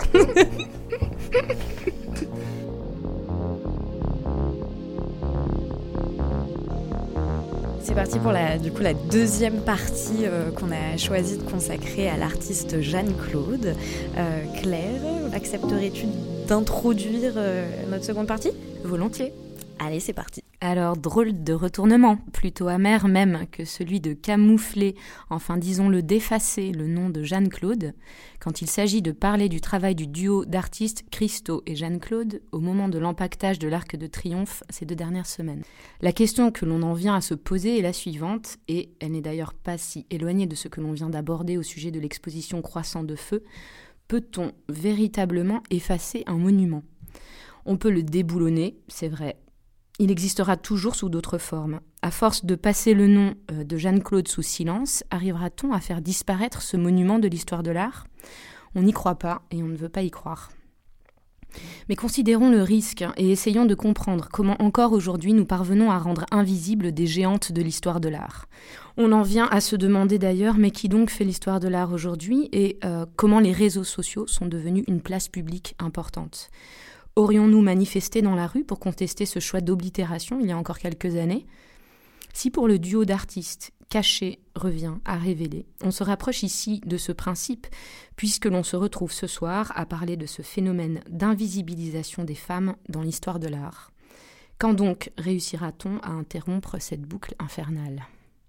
C'est parti pour la, du coup, la deuxième partie euh, qu'on a choisi de consacrer à l'artiste Jeanne-Claude. Euh, Claire, accepterais-tu d'introduire euh, notre seconde partie ? Volontiers. Allez, c'est parti. Alors, drôle de retournement, plutôt amer même que celui de camoufler, enfin disons-le d'effacer le nom de Jeanne-Claude, quand il s'agit de parler du travail du duo d'artistes Christo et Jeanne-Claude au moment de l'empaquetage de l'Arc de Triomphe ces deux dernières semaines. La question que l'on en vient à se poser est la suivante, et elle n'est d'ailleurs pas si éloignée de ce que l'on vient d'aborder au sujet de l'exposition Croissant de Feu. Peut-on véritablement effacer un monument ? On peut le déboulonner, c'est vrai. Il existera toujours sous d'autres formes. À force de passer le nom de Jeanne-Claude sous silence, arrivera-t-on à faire disparaître ce monument de l'histoire de l'art ? On n'y croit pas et on ne veut pas y croire. Mais considérons le risque et essayons de comprendre comment encore aujourd'hui nous parvenons à rendre invisibles des géantes de l'histoire de l'art. On en vient à se demander d'ailleurs, mais qui donc fait l'histoire de l'art aujourd'hui et euh, comment les réseaux sociaux sont devenus une place publique importante. Aurions-nous manifesté dans la rue pour contester ce choix d'oblitération il y a encore quelques années ? Si pour le duo d'artistes, caché revient à révéler, on se rapproche ici de ce principe, puisque l'on se retrouve ce soir à parler de ce phénomène d'invisibilisation des femmes dans l'histoire de l'art. Quand donc réussira-t-on à interrompre cette boucle infernale ?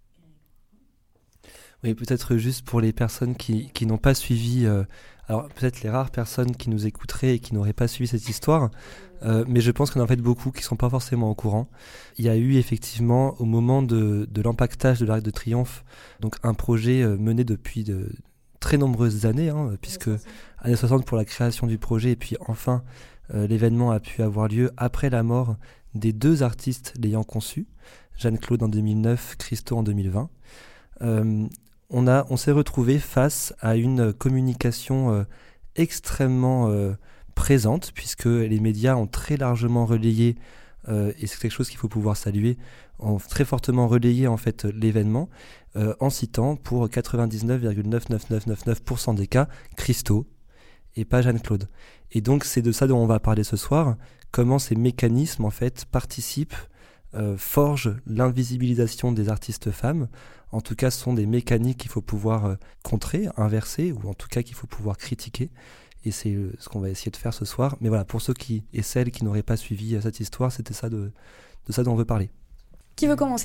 Oui, peut-être juste pour les personnes qui, qui n'ont pas suivi, euh, alors peut-être les rares personnes qui nous écouteraient et qui n'auraient pas suivi cette histoire, euh, mais je pense qu'il y en a en fait beaucoup qui ne sont pas forcément au courant. Il y a eu effectivement, au moment de, de l'empaquetage de l'Arc de Triomphe, donc un projet euh, mené depuis de très nombreuses années, hein, puisque années soixante pour la création du projet, et puis enfin euh, l'événement a pu avoir lieu après la mort des deux artistes l'ayant conçu, Jeanne-Claude en deux mille neuf, Christo en deux mille vingt. Euh, On, a, on s'est retrouvé face à une communication euh, extrêmement euh, présente, puisque les médias ont très largement relayé, euh, et c'est quelque chose qu'il faut pouvoir saluer, ont très fortement relayé en fait l'événement, euh, en citant pour quatre-vingt-dix-neuf virgule neuf neuf neuf neuf neuf pour cent des cas Christo et pas Jeanne-Claude. Et donc c'est de ça dont on va parler ce soir, comment ces mécanismes en fait participent, euh, forgent l'invisibilisation des artistes femmes. En tout cas, ce sont des mécaniques qu'il faut pouvoir euh, contrer, inverser, ou en tout cas qu'il faut pouvoir critiquer. Et c'est euh, ce qu'on va essayer de faire ce soir. Mais voilà, pour ceux qui et celles qui n'auraient pas suivi euh, cette histoire, c'était ça de, de ça dont on veut parler. Qui veut commencer ?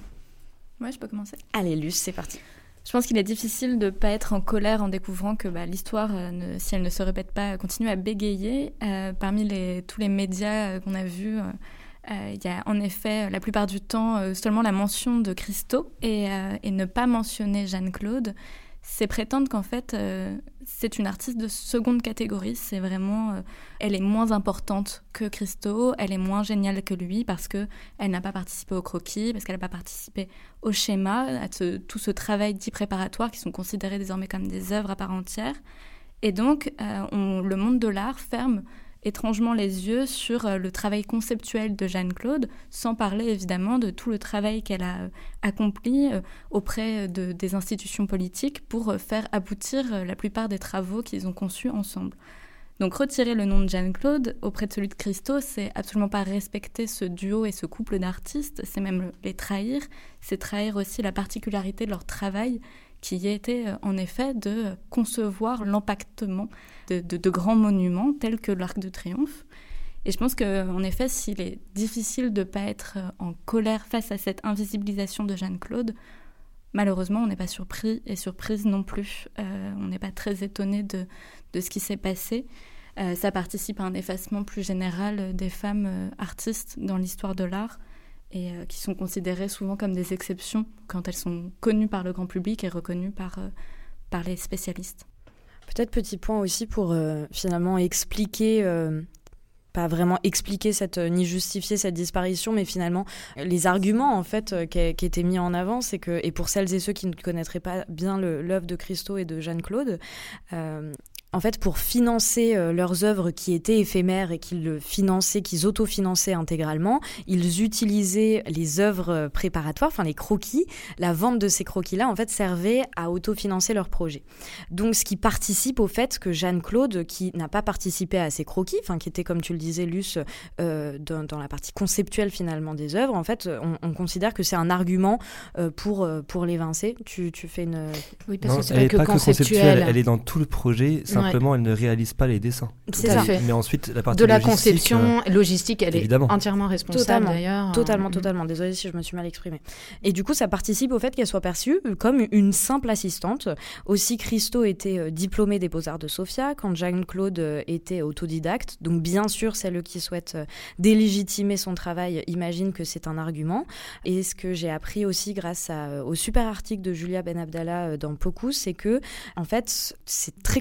Ouais, je peux commencer. Allez, Luce, c'est parti. Je pense qu'il est difficile de ne pas être en colère en découvrant que bah, l'histoire, euh, ne, si elle ne se répète pas, continue à bégayer. Euh, parmi les, tous les médias euh, qu'on a vus, euh, Euh, il y a en effet, la plupart du temps, euh, seulement la mention de Christo et, euh, et ne pas mentionner Jeanne-Claude, c'est prétendre qu'en fait, euh, c'est une artiste de seconde catégorie. C'est vraiment, euh, elle est moins importante que Christo, elle est moins géniale que lui parce qu'elle n'a pas participé au croquis, parce qu'elle n'a pas participé au schéma, à ce, tout ce travail dit préparatoire qui sont considérés désormais comme des œuvres à part entière. Et donc, euh, on, le monde de l'art ferme étrangement les yeux sur le travail conceptuel de Jeanne-Claude, sans parler évidemment de tout le travail qu'elle a accompli auprès de, des institutions politiques pour faire aboutir la plupart des travaux qu'ils ont conçus ensemble. Donc retirer le nom de Jeanne-Claude auprès de celui de Christo, c'est absolument pas respecter ce duo et ce couple d'artistes, c'est même les trahir, c'est trahir aussi la particularité de leur travail, qui était en effet de concevoir l'empaquetement de, de, de grands monuments tels que l'Arc de Triomphe. Et je pense qu'en effet, s'il est difficile de ne pas être en colère face à cette invisibilisation de Jeanne-Claude, malheureusement, on n'est pas surpris et surprise non plus. Euh, on n'est pas très étonné de, de ce qui s'est passé. Euh, ça participe à un effacement plus général des femmes euh, artistes dans l'histoire de l'art, et euh, qui sont considérées souvent comme des exceptions quand elles sont connues par le grand public et reconnues par, euh, par les spécialistes. Peut-être petit point aussi pour euh, finalement expliquer, euh, pas vraiment expliquer cette, ni justifier cette disparition, mais finalement les arguments en fait euh, qui, qui étaient mis en avant, c'est que, et pour celles et ceux qui ne connaîtraient pas bien le, l'œuvre de Christo et de Jeanne-Claude, euh, en fait, pour financer euh, leurs œuvres qui étaient éphémères et qu'ils le finançaient, qu'ils autofinançaient intégralement, ils utilisaient les œuvres préparatoires, enfin les croquis. La vente de ces croquis-là, en fait, servait à autofinancer leurs projets. Donc, ce qui participe au fait que Jeanne-Claude, qui n'a pas participé à ces croquis, enfin qui était, comme tu le disais, Luce, euh, dans, dans la partie conceptuelle finalement des œuvres, en fait, on, on considère que c'est un argument euh, pour euh, pour l'évincer. Tu tu fais une. Oui, parce non, que c'est elle pas n'est que pas que conceptuel. conceptuelle, elle est dans tout le projet. Simplement, ouais. Elle ne réalise pas les dessins. C'est ça. Mais ensuite, la partie de la logistique, conception euh, logistique, elle évidemment. est entièrement responsable Totalement. d'ailleurs. Totalement, totalement. Désolée si je me suis mal exprimée. Et du coup, ça participe au fait qu'elle soit perçue comme une simple assistante. Aussi, Christo était euh, diplômée des Beaux-Arts de Sofia quand Jeanne-Claude euh, était autodidacte. Donc, bien sûr, celle qui souhaite euh, délégitimer son travail imagine que c'est un argument. Et ce que j'ai appris aussi grâce à, au super article de Julia Ben Abdallah euh, dans Pocus, c'est que, en fait, c'est très compliqué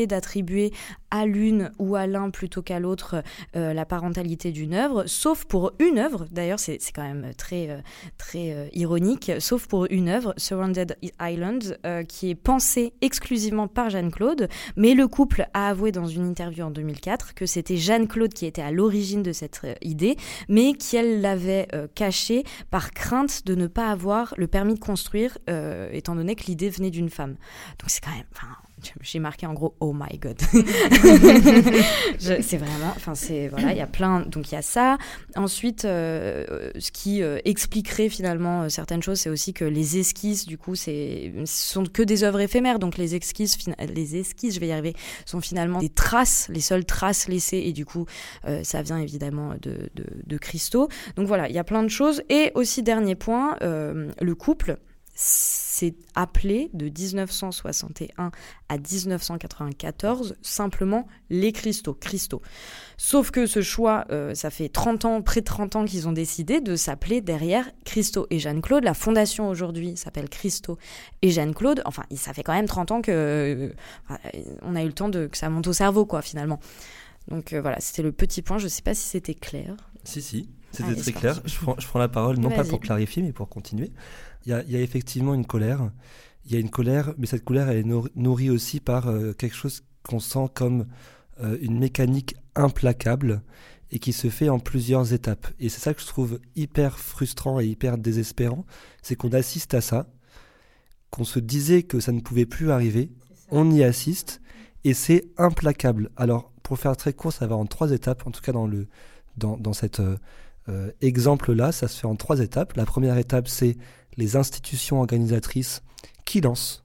empêcher d'attribuer à l'une ou à l'un plutôt qu'à l'autre euh, la parentalité d'une œuvre, sauf pour une œuvre, d'ailleurs c'est, c'est quand même très, euh, très euh, ironique, sauf pour une œuvre, Surrounded Islands, euh, qui est pensée exclusivement par Jeanne-Claude, mais le couple a avoué dans une interview en deux mille quatre que c'était Jeanne-Claude qui était à l'origine de cette euh, idée, mais qu'elle l'avait euh, cachée par crainte de ne pas avoir le permis de construire, euh, étant donné que l'idée venait d'une femme. Donc c'est quand même... J'ai marqué en gros « Oh my God ». C'est vraiment... Enfin, c'est... Voilà, il y a plein... Donc, il y a ça. Ensuite, euh, ce qui euh, expliquerait finalement euh, certaines choses, c'est aussi que les esquisses, du coup, c'est... ce sont que des œuvres éphémères. Donc, les esquisses, fin... les esquisses, je vais y arriver, sont finalement des traces, les seules traces laissées. Et du coup, euh, ça vient évidemment de, de, de Christo. Donc, voilà, il y a plein de choses. Et aussi, dernier point, euh, le couple... s'est appelé de dix-neuf cent soixante et un à dix-neuf cent quatre-vingt-quatorze simplement les Christo, Christo. Sauf que ce choix, euh, ça fait trente ans, près de trente ans qu'ils ont décidé de s'appeler derrière Christo et Jeanne-Claude. La fondation aujourd'hui s'appelle Christo et Jeanne-Claude. Enfin, ça fait quand même trente ans que euh, on a eu le temps de, que ça monte au cerveau, quoi, finalement. Donc euh, voilà, c'était le petit point. Je ne sais pas si c'était clair. Si, si, c'était Allez, très clair. Je prends, je prends la parole, non Vas-y. pas pour clarifier, mais pour continuer. Il y a, il y a effectivement une colère. Il y a une colère, mais cette colère, elle est nourri- nourrie aussi par euh, quelque chose qu'on sent comme euh, une mécanique implacable et qui se fait en plusieurs étapes. Et c'est ça que je trouve hyper frustrant et hyper désespérant, c'est qu'on assiste à ça, qu'on se disait que ça ne pouvait plus arriver, on y assiste, et c'est implacable. Alors, pour faire très court, ça va en trois étapes, en tout cas dans, le, dans, dans cet euh, euh, exemple-là, ça se fait en trois étapes. La première étape, c'est les institutions organisatrices qui lancent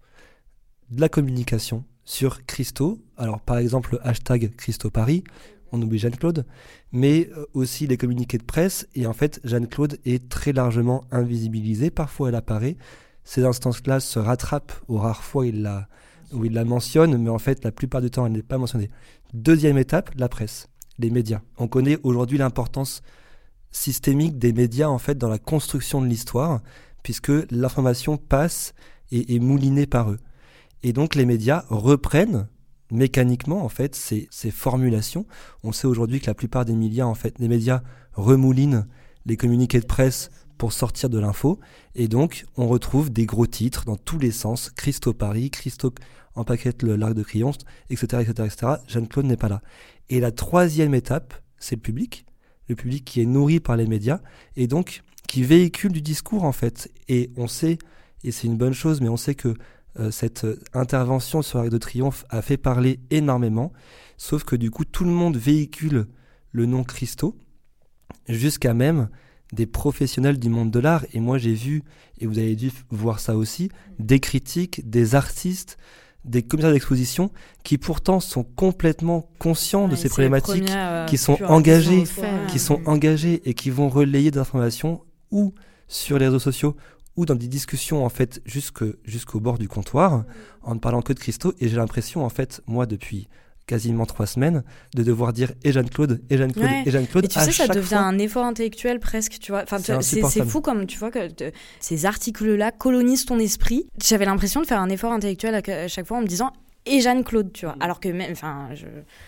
de la communication sur Christo. Alors, par exemple, le hashtag Christo Paris, on oublie Jeanne-Claude, mais aussi les communiqués de presse. Et en fait, Jeanne-Claude est très largement invisibilisée. Parfois, elle apparaît. Ces instances-là se rattrapent aux rares fois où il la, où il la mentionne, mais en fait, la plupart du temps, elle n'est pas mentionnée. Deuxième étape, la presse, les médias. On connaît aujourd'hui l'importance systémique des médias, en fait, dans la construction de l'histoire, puisque l'information passe et est moulinée par eux. Et donc, les médias reprennent mécaniquement, en fait, ces, ces formulations. On sait aujourd'hui que la plupart des médias, en fait, les médias remoulinent les communiqués de presse pour sortir de l'info. Et donc, on retrouve des gros titres dans tous les sens. Christo Paris, Christo empaquette le l'Arc de Triomphe, et cetera, et cetera, et cetera. Jeanne-Claude n'est pas là. Et la troisième étape, c'est le public. Le public qui est nourri par les médias et donc qui véhicule du discours, en fait. Et on sait, et c'est une bonne chose, mais on sait que Euh, cette euh, intervention sur l'Arc de Triomphe a fait parler énormément, sauf que du coup tout le monde véhicule le nom Christo, jusqu'à même des professionnels du monde de l'art. Et moi j'ai vu, et vous avez dû voir ça aussi, des critiques, des artistes, des commissaires d'exposition qui pourtant sont complètement conscients ouais, de ces problématiques, premières, euh, qui sont engagés, fait, qui ouais. sont engagés et qui vont relayer des informations ou sur les réseaux sociaux ou dans des discussions en fait jusque, jusqu'au bord du comptoir, en ne parlant que de Christo. Et j'ai l'impression en fait, moi depuis quasiment trois semaines, de devoir dire et Jeanne-Claude, et Jeanne-Claude, ouais. et Jeanne-Claude. Et tu sais, ça devient fois. un effort intellectuel presque, tu vois. Enfin, c'est, c'est, c'est fou comme tu vois que te, ces articles-là colonisent ton esprit. J'avais l'impression de faire un effort intellectuel à, à chaque fois en me disant et Jeanne-Claude, tu vois. Alors que même, enfin, je...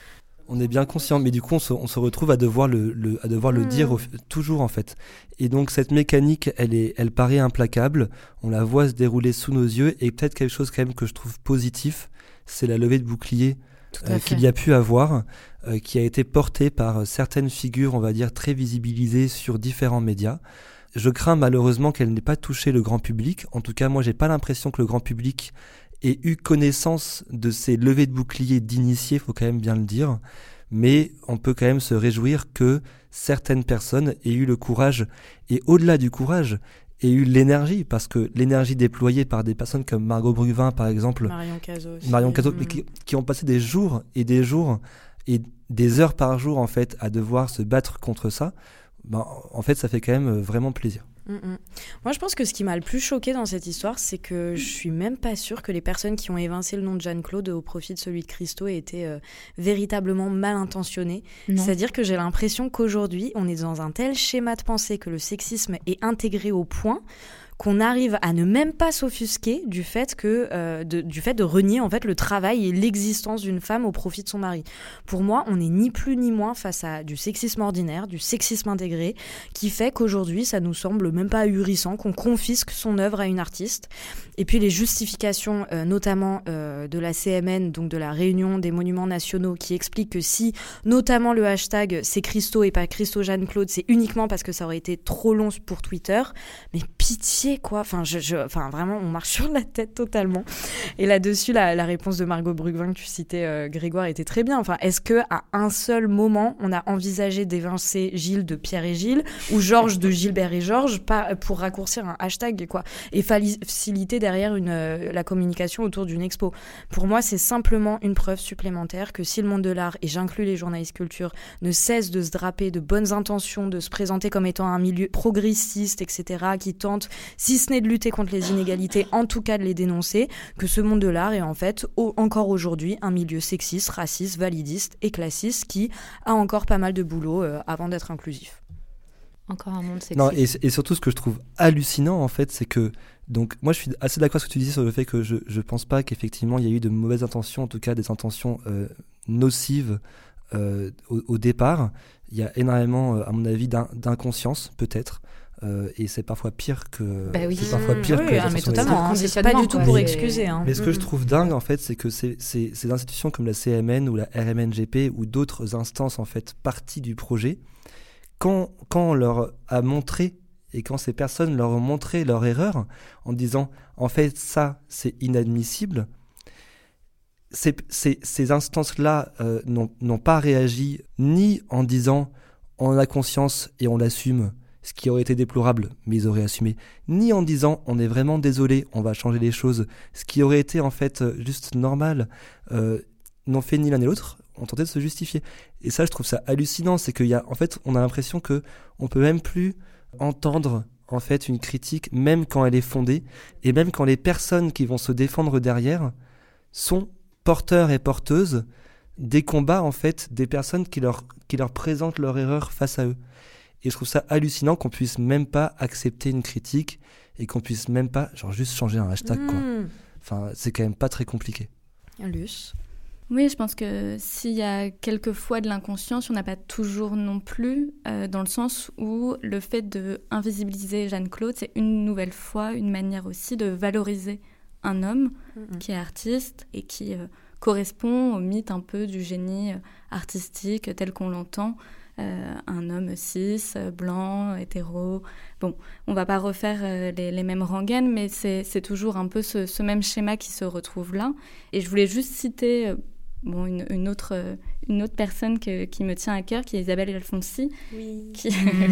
On est bien conscient, mais du coup, on se, on se retrouve à devoir le, le, à devoir mmh. le dire au, toujours, en fait. Et donc, cette mécanique, elle, est, elle paraît implacable. On la voit se dérouler sous nos yeux. Et peut-être quelque chose, quand même, que je trouve positif, c'est la levée de bouclier euh, qu'il y a pu avoir, euh, qui a été portée par certaines figures, on va dire, très visibilisées sur différents médias. Je crains, malheureusement, qu'elle n'ait pas touché le grand public. En tout cas, moi, j'ai pas l'impression que le grand public ait eu connaissance de ces levées de boucliers d'initiés, il faut quand même bien le dire, mais on peut quand même se réjouir que certaines personnes aient eu le courage, et au-delà du courage, aient eu l'énergie, parce que l'énergie déployée par des personnes comme Margot Bruvin, par exemple, Marion Cazot, aussi. Marion Cazot, mmh. qui, qui ont passé des jours et des jours et des heures par jour en fait à devoir se battre contre ça, ben, en fait ça fait quand même vraiment plaisir. Mmh. Moi je pense que ce qui m'a le plus choqué dans cette histoire, c'est que je suis même pas sûre que les personnes qui ont évincé le nom de Jeanne-Claude au profit de celui de Christo aient été euh, véritablement mal intentionnées. Non. C'est-à-dire que j'ai l'impression qu'aujourd'hui on est dans un tel schéma de pensée, que le sexisme est intégré au point qu'on arrive à ne même pas s'offusquer du fait que euh, de, du fait de renier en fait le travail et l'existence d'une femme au profit de son mari. Pour moi, on n'est ni plus ni moins face à du sexisme ordinaire, du sexisme intégré, qui fait qu'aujourd'hui, ça nous semble même pas ahurissant qu'on confisque son œuvre à une artiste. Et puis les justifications, euh, notamment euh, de la C M N, donc de la Réunion des Monuments Nationaux, qui expliquent que si, notamment le hashtag c'est Christo et pas Christo Jeanne-Claude, c'est uniquement parce que ça aurait été trop long pour Twitter. Mais pitié, quoi. Enfin, je, je, enfin vraiment, on marche sur la tête totalement. Et là-dessus, la, la réponse de Margot Brugvin que tu citais, euh, Grégoire, était très bien. Enfin, est-ce que à un seul moment, on a envisagé d'évincer Gilles de Pierre et Gilles ou Georges de Gilbert et Georges pas, pour raccourcir un hashtag, quoi, et faciliter derrière une, euh, la communication autour d'une expo? Pour moi, c'est simplement une preuve supplémentaire que si le monde de l'art, et j'inclus les journalistes culture, ne cesse de se draper de bonnes intentions, de se présenter comme étant un milieu progressiste, et cetera, qui tente, si ce n'est de lutter contre les inégalités, en tout cas de les dénoncer, que ce monde de l'art est en fait, au, encore aujourd'hui, un milieu sexiste, raciste, validiste et classiste qui a encore pas mal de boulot euh, avant d'être inclusif. Encore un monde sexiste. Non, et, et surtout, ce que je trouve hallucinant, en fait, c'est que, donc, moi, je suis assez d'accord avec ce que tu disais sur le fait que je ne pense pas qu'effectivement, il y a eu de mauvaises intentions, en tout cas des intentions euh, nocives euh, au, au départ. Il y a énormément, à mon avis, d'in- d'inconscience, peut-être. Euh, et c'est parfois pire que bah oui. c'est parfois pire oui, que les ah, mais intentions totalement, hein, c'est pas du tout quoi. pour Mais, excuser, hein. mais ce que mmh. je trouve dingue, en fait, c'est que c'est, c'est, ces institutions comme la C M N ou la R M N G P ou d'autres instances, en fait, parties du projet, quand, quand on leur a montré et quand ces personnes leur ont montré leur erreur en disant en fait ça c'est inadmissible, ces, ces, ces instances-là euh, n'ont, n'ont pas réagi ni en disant on en a conscience et on l'assume, ce qui aurait été déplorable, mais ils auraient assumé, ni en disant on est vraiment désolé, on va changer les choses, ce qui aurait été en fait juste normal, euh, n'ont fait ni l'un ni l'autre, ont tenté de se justifier. Et ça, je trouve ça hallucinant, c'est qu'il y a, en fait, on a l'impression que on peut même plus entendre en fait une critique, même quand elle est fondée, et même quand les personnes qui vont se défendre derrière sont porteurs et porteuses des combats en fait des personnes qui leur qui leur présentent leur erreur face à eux. Et je trouve ça hallucinant qu'on puisse même pas accepter une critique et qu'on puisse même pas genre juste changer un hashtag mmh. quoi. Enfin, c'est quand même pas très compliqué. Luce. Oui, je pense que s'il y a quelquefois de l'inconscience, on n'a pas toujours non plus, euh, dans le sens où le fait d'invisibiliser Jeanne-Claude, c'est une nouvelle fois une manière aussi de valoriser un homme mmh. qui est artiste et qui euh, correspond au mythe un peu du génie artistique tel qu'on l'entend. Euh, un homme cis, blanc, hétéro. Bon, on ne va pas refaire euh, les, les mêmes rengaines, mais c'est, c'est toujours un peu ce, ce même schéma qui se retrouve là. Et je voulais juste citer euh, bon, une, une, autre, euh, une autre personne que, qui me tient à cœur, qui est Isabelle Alfonsi, oui. qui,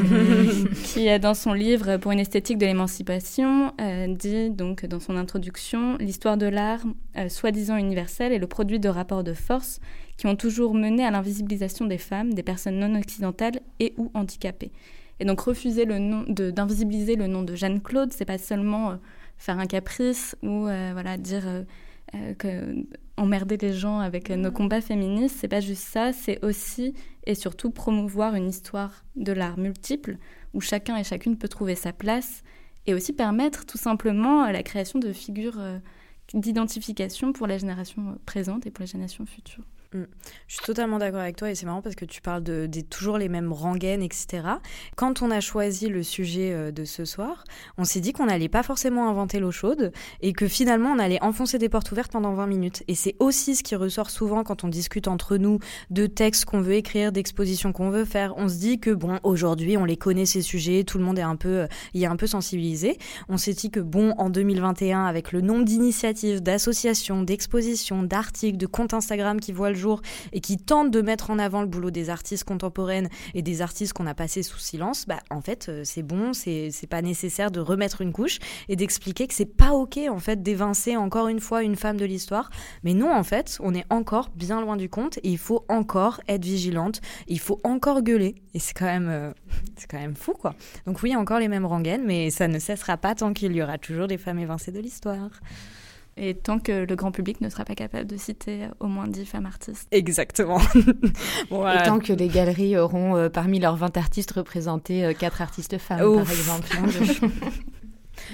qui, dans son livre « Pour une esthétique de l'émancipation euh, », dit donc dans son introduction « L'histoire de l'art, euh, soi-disant universelle, est le produit de rapports de force qui ont toujours mené à l'invisibilisation des femmes, des personnes non occidentales et ou handicapées. » Et donc refuser le nom de, d'invisibiliser le nom de Jeanne-Claude, c'est pas seulement euh, faire un caprice ou euh, voilà, dire euh, euh, que, emmerder les gens avec euh, nos combats féministes, c'est pas juste ça, c'est aussi et surtout promouvoir une histoire de l'art multiple où chacun et chacune peut trouver sa place et aussi permettre tout simplement la création de figures euh, d'identification pour les générations présentes et pour les générations futures. Mmh. Je suis totalement d'accord avec toi et c'est marrant parce que tu parles de, de toujours les mêmes rengaines, et cetera. Quand on a choisi le sujet de ce soir, on s'est dit qu'on n'allait pas forcément inventer l'eau chaude et que finalement on allait enfoncer des portes ouvertes pendant vingt minutes. Et c'est aussi ce qui ressort souvent quand on discute entre nous de textes qu'on veut écrire, d'expositions qu'on veut faire. On se dit que bon, aujourd'hui on les connaît ces sujets, tout le monde est un peu, y est un peu sensibilisé. On s'est dit que bon, en deux mille vingt et un, avec le nombre d'initiatives, d'associations, d'expositions, d'articles, de comptes Instagram qui voient le jour et qui tentent de mettre en avant le boulot des artistes contemporaines et des artistes qu'on a passés sous silence, bah en fait c'est bon, c'est c'est pas nécessaire de remettre une couche et d'expliquer que c'est pas ok en fait d'évincer encore une fois une femme de l'histoire. Mais non, en fait, on est encore bien loin du compte et il faut encore être vigilante, il faut encore gueuler et c'est quand même euh, c'est quand même fou quoi. Donc oui, encore les mêmes rengaines, mais ça ne cessera pas tant qu'il y aura toujours des femmes évincées de l'histoire. Et tant que le grand public ne sera pas capable de citer au moins dix femmes artistes. Exactement. Bon, voilà. Et tant que les galeries auront euh, parmi leurs vingt artistes représenté euh, quatre artistes femmes, Ouf. Par exemple.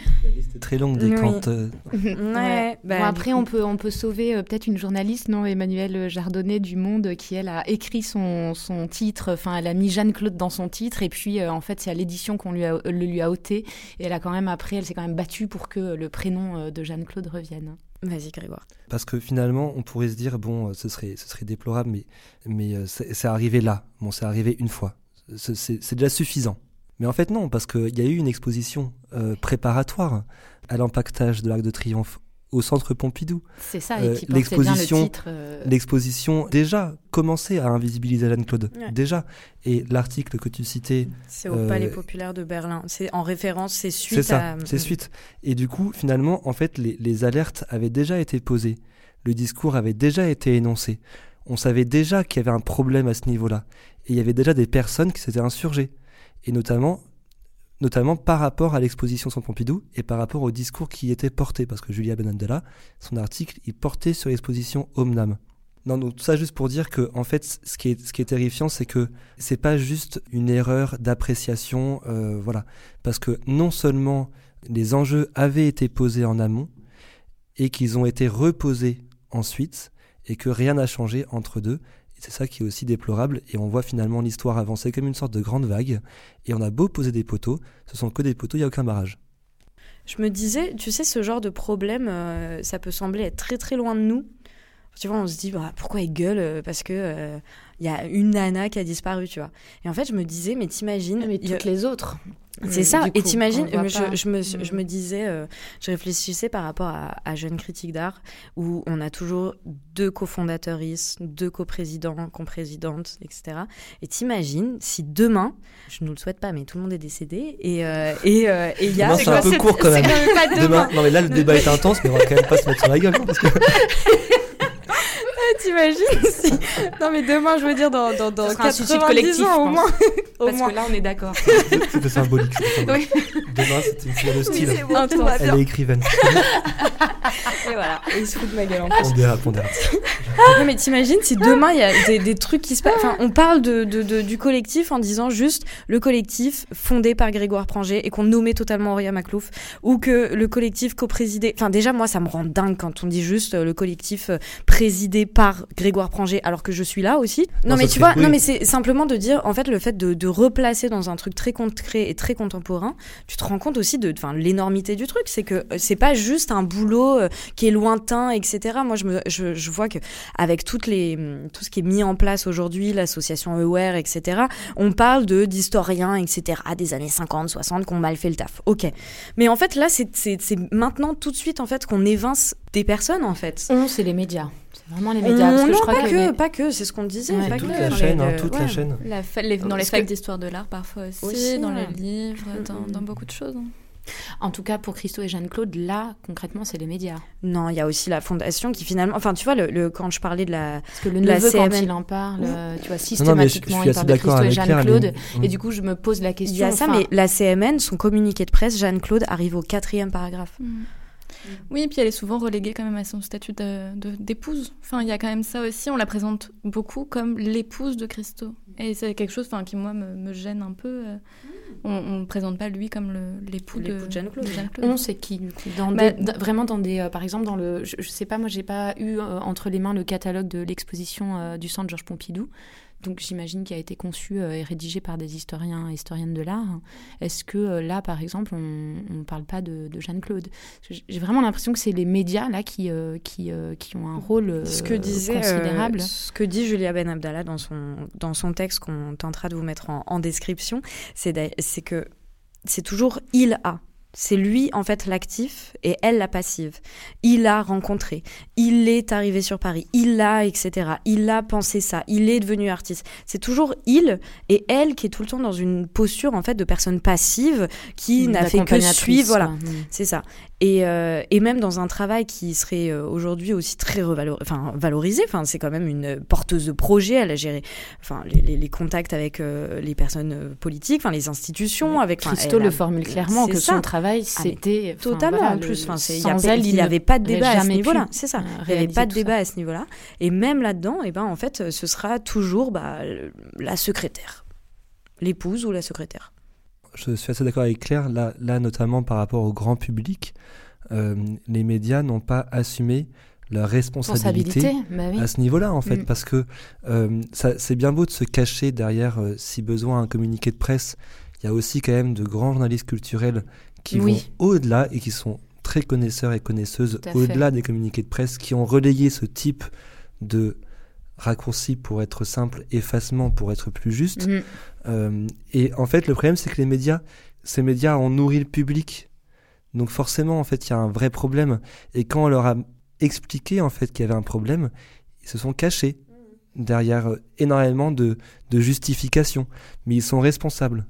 liste est très longue des Oui. quand. Euh... Ouais. Bah, Bon, après, on peut, on peut sauver euh, peut-être une journaliste, non, Emmanuelle Jardonnet du Monde, qui, elle, a écrit son, son titre, enfin, elle a mis Jeanne-Claude dans son titre, et puis, euh, en fait, c'est à l'édition qu'on lui a, le lui a ôté, et elle a quand même, après, elle s'est quand même battue pour que le prénom euh, de Jeanne-Claude revienne. Vas-y, Grégoire. Parce que finalement, on pourrait se dire, bon, ce serait, ce serait déplorable, mais, mais euh, c'est, c'est arrivé là. Bon, c'est arrivé une fois. C'est, c'est, c'est déjà suffisant. Mais en fait, non, parce qu'il y a eu une exposition euh, préparatoire à l'empaquetage de l'Arc de Triomphe au Centre Pompidou. C'est ça, Euh, et qui portait bien le titre. euh, L'exposition, déjà, commençait à invisibiliser Jeanne-Claude. Ouais. Déjà. Et l'article que tu citais... C'est au Euh, Palais Populaire de Berlin. C'est en référence, c'est suite C'est ça, à... c'est suite. Et du coup, finalement, en fait, les, les alertes avaient déjà été posées. Le discours avait déjà été énoncé. On savait déjà qu'il y avait un problème à ce niveau-là. Et il y avait déjà des personnes qui s'étaient insurgées. Et notamment, notamment par rapport à l'exposition Centre Pompidou et par rapport au discours qui y était porté. Parce que Julia Benabdallah, son article, il portait sur l'exposition Omnam. Non, donc tout ça juste pour dire que, en fait, ce qui est, ce qui est terrifiant, c'est que c'est pas juste une erreur d'appréciation, euh, voilà. Parce que non seulement les enjeux avaient été posés en amont et qu'ils ont été reposés ensuite et que rien n'a changé entre deux. Et c'est ça qui est aussi déplorable. Et on voit finalement l'histoire avancer comme une sorte de grande vague. Et on a beau poser des poteaux, ce sont que des poteaux, il n'y a aucun barrage. Je me disais, tu sais, ce genre de problème, euh, ça peut sembler être très très loin de nous. Tu vois, on se dit, bah, pourquoi ils gueulent ? Parce que euh, y a une nana qui a disparu, tu vois. Et en fait, je me disais, mais t'imagines... Mais y a- toutes les autres. C'est Euh, ça, du et coup, t'imagines, on voit je, pas. je, me, Mm. je me disais, euh, je réfléchissais par rapport à, à Jeunes Critiques d'Art, où on a toujours deux cofondatrices, deux coprésidents, coprésidentes, et cetera. Et t'imagines si demain, je ne le souhaite pas, mais tout le monde est décédé, et euh, et euh, et il y a... Demain, c'est un peu court quand même. C'est pas demain. Demain, non mais là le débat est intense, mais on va quand même pas se mettre sur la gueule. hein, Parce que... T'imagines si... Non mais demain, je veux dire, dans, dans, dans Ce sera un suicide quatre-vingt-dix collectif, ans, au je moins. Au Parce moins. que là, on est d'accord. C'était symbolique. C'était symbolique. Demain, c'était une fille de style. c'est bon, tout va Elle bien. est écrivaine. Et voilà, et il se fout de ma gueule en plus. On dérape, on dérape. Non mais t'imagines si demain il y a des, des trucs qui se passent, enfin on parle de, de, de, du collectif en disant juste le collectif fondé par Grégoire Pranger et qu'on nommait totalement Auria Maklouf, ou que le collectif coprésidé, enfin déjà moi ça me rend dingue quand on dit juste euh, le collectif euh, présidé par Grégoire Pranger alors que je suis là aussi. Non, Non, mais ça tu serait- vois, oui. non mais c'est simplement de dire en fait le fait de, de replacer dans un truc très concret et très contemporain, tu te rends compte aussi de enfin l'énormité du truc, c'est que euh, c'est pas juste un boulot euh, qui est lointain, et cetera. Moi je me je, je vois que avec toutes les, tout ce qui est mis en place aujourd'hui, l'association Aware, et cetera, on parle de, d'historiens, et cetera, des années cinquante, soixante, qui ont mal fait le taf. Ok. Mais en fait, là, c'est, c'est, c'est maintenant, tout de suite, en fait, qu'on évince des personnes, en fait. On, c'est les médias. C'est vraiment les médias. Parce On- que je non, crois pas que, que, les- pas que, c'est ce qu'on disait. Ouais, pas toute que, la dans chaîne, les- hein, toute ouais. la chaîne. La fa- les- dans les Parce facs que- d'histoire de l'art, parfois aussi, Aussi, dans ouais. les livres, dans, Mm, mm. dans beaucoup de choses. hein. En tout cas, pour Christo et Jeanne-Claude, là, concrètement, c'est les médias. Non, il y a aussi la fondation qui finalement, enfin, tu vois, le, le, quand je parlais de la, Parce que le La neveu, C quand M N. il en parle, euh, tu vois, Non, non, mais je, je systématiquement, suis il assez parle de d'accord Christo et avec Claire. Jeanne-Claude. mais- Et du coup, je me pose la question. il y a ça, enfin, mais la C M N, son communiqué de presse, Jeanne-Claude, arrive au quatrième paragraphe. Mm. Oui, et puis elle est souvent reléguée quand même à son statut de- de- d'épouse. Enfin, il y a quand même ça aussi. On la présente beaucoup comme l'épouse de Christo. Et c'est quelque chose enfin, qui, moi, me, me gêne un peu. euh. On ne présente pas lui comme le- l'époux de, L'époux de Jeanne-Claude. de Jeanne-Claude. On, c'est qui dans Bah, des- dans- vraiment dans des, euh, par exemple, dans le, je, je sais pas, moi, j'ai pas eu euh, entre les mains le catalogue de l'exposition euh, du Centre Georges Pompidou. Donc j'imagine qu'il a été conçu euh, et rédigé par des historiens et historiennes de l'art. Est-ce que euh, là, par exemple, on ne parle pas de, de Jeanne-Claude ? Parce que j'ai- J'ai vraiment l'impression que c'est les médias là qui, euh, qui, euh, qui ont un rôle euh, ce que disait euh, considérable. ce que dit Julia Benabdallah dans son dans son texte qu'on tentera de vous mettre en, en description, c'est d'a- c'est que c'est toujours il a. C'est lui, en fait, l'actif et elle, la passive. Il a rencontré, il est arrivé sur Paris, il a, et cetera. Il a pensé ça, il est devenu artiste. C'est toujours il et elle qui est tout le temps dans une posture, en fait, de personne passive qui n'a fait que D'accompagnatrice, suivre. Voilà, quoi. Mm. c'est ça. Et, euh, et même dans un travail qui serait euh, aujourd'hui aussi très revalor- enfin, valorisé, enfin, c'est quand même une porteuse de projet, elle a géré enfin, les, les, les contacts avec euh, les personnes euh, politiques, enfin, les institutions. Avec, enfin, Christo elle le a- formule clairement c'est que ça. son travail, Ah, mais c'était... enfin, Totalement, voilà, en le- plus. Enfin, c'est- il sans n'y elle, il avait pas de n'aurait débat à ce jamais niveau-là. pu, C'est ça. euh, Il n'y avait réaliser pas de tout débat ça. à ce niveau-là. Et même là-dedans, eh ben, en fait, ce sera toujours bah, la secrétaire. L'épouse ou la secrétaire. je suis assez d'accord avec Claire. Là, là notamment par rapport au grand public, euh, les médias n'ont pas assumé leur responsabilité bah oui. à ce niveau-là, en fait, mmh. parce que euh, ça, c'est bien beau de se cacher derrière, euh, si besoin, un communiqué de presse. Il y a aussi quand même de grands journalistes culturels qui oui. vont au-delà et qui sont très connaisseurs et connaisseuses au-delà fait. des communiqués de presse, qui ont relayé ce type de raccourci pour être simple, effacement pour être plus juste. Mmh. Euh, et en fait, le problème, c'est que les médias, ces médias ont nourri le public. Donc forcément, en fait, il y a un vrai problème. Et quand on leur a expliqué, en fait, qu'il y avait un problème, ils se sont cachés derrière énormément de, de justifications. Mais ils sont responsables.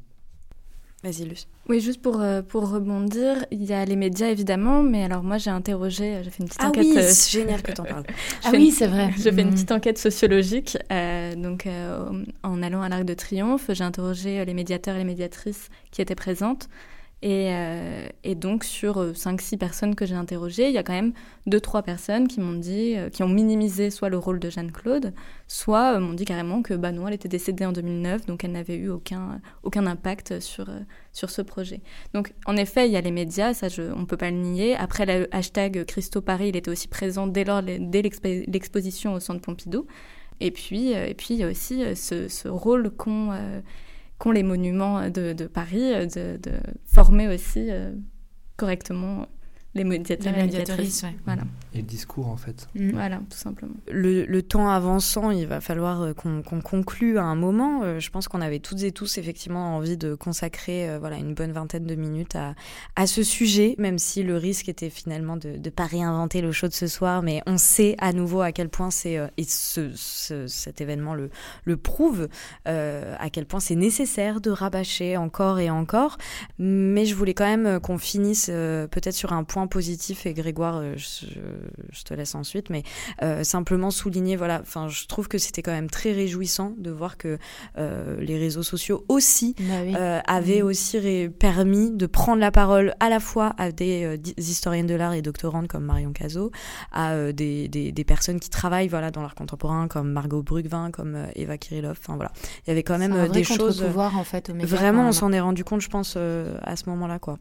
Vas-y, Luce. Oui, juste pour, euh, pour rebondir, il y a les médias évidemment, mais alors moi j'ai interrogé, j'ai fait une petite ah enquête. Ah oui, euh, c'est génial que t'en parles. ah oui, une, c'est vrai. J'ai fait une petite enquête sociologique, euh, donc euh, en allant à l'Arc de Triomphe, j'ai interrogé les médiateurs et les médiatrices qui étaient présentes. Et, euh, et donc, sur cinq six personnes que j'ai interrogées, il y a quand même deux trois personnes qui m'ont dit, euh, qui ont minimisé soit le rôle de Jeanne-Claude, soit euh, m'ont dit carrément que bah non, elle était décédée en deux mille neuf, donc elle n'avait eu aucun, aucun impact sur, euh, sur ce projet. Donc, en effet, il y a les médias, ça, je, on ne peut pas le nier. Après, le hashtag Christo Paris, il était aussi présent dès, lors, dès l'expo- l'exposition au Centre Pompidou. Et puis, euh, et puis il y a aussi euh, ce, ce rôle qu'ont... Euh, qu'ont les monuments de, de Paris, de, de former aussi euh, correctement les médiateurs et les médiatrices. Ouais. Voilà. Et le discours, en fait. Mmh. Voilà, tout simplement. Le, le temps avançant, il va falloir qu'on, qu'on conclue à un moment. Euh, je pense qu'on avait toutes et tous effectivement envie de consacrer euh, voilà, une bonne vingtaine de minutes à, à ce sujet, même si le risque était finalement de ne pas réinventer le show de ce soir. Mais on sait à nouveau à quel point c'est, euh, et ce, ce, cet événement le, le prouve, euh, à quel point c'est nécessaire de rabâcher encore et encore. Mais je voulais quand même qu'on finisse euh, peut-être sur un point positif, et Grégoire, euh, je, je te laisse ensuite, mais euh, simplement souligner, voilà, enfin, je trouve que c'était quand même très réjouissant de voir que euh, les réseaux sociaux aussi bah oui. euh, avaient mmh. aussi ré- permis de prendre la parole à la fois à des, euh, des historiennes de l'art et doctorantes comme Marion Cazot, à euh, des, des, des personnes qui travaillent voilà, dans l'art contemporain comme Margot Brugvin, comme euh, Eva Kirillov, enfin voilà, il y avait quand même C'est un vrai des choses. contre-pouvoir en fait aux médias. Vraiment, on s'en est rendu compte, je pense, euh, à ce moment-là, quoi.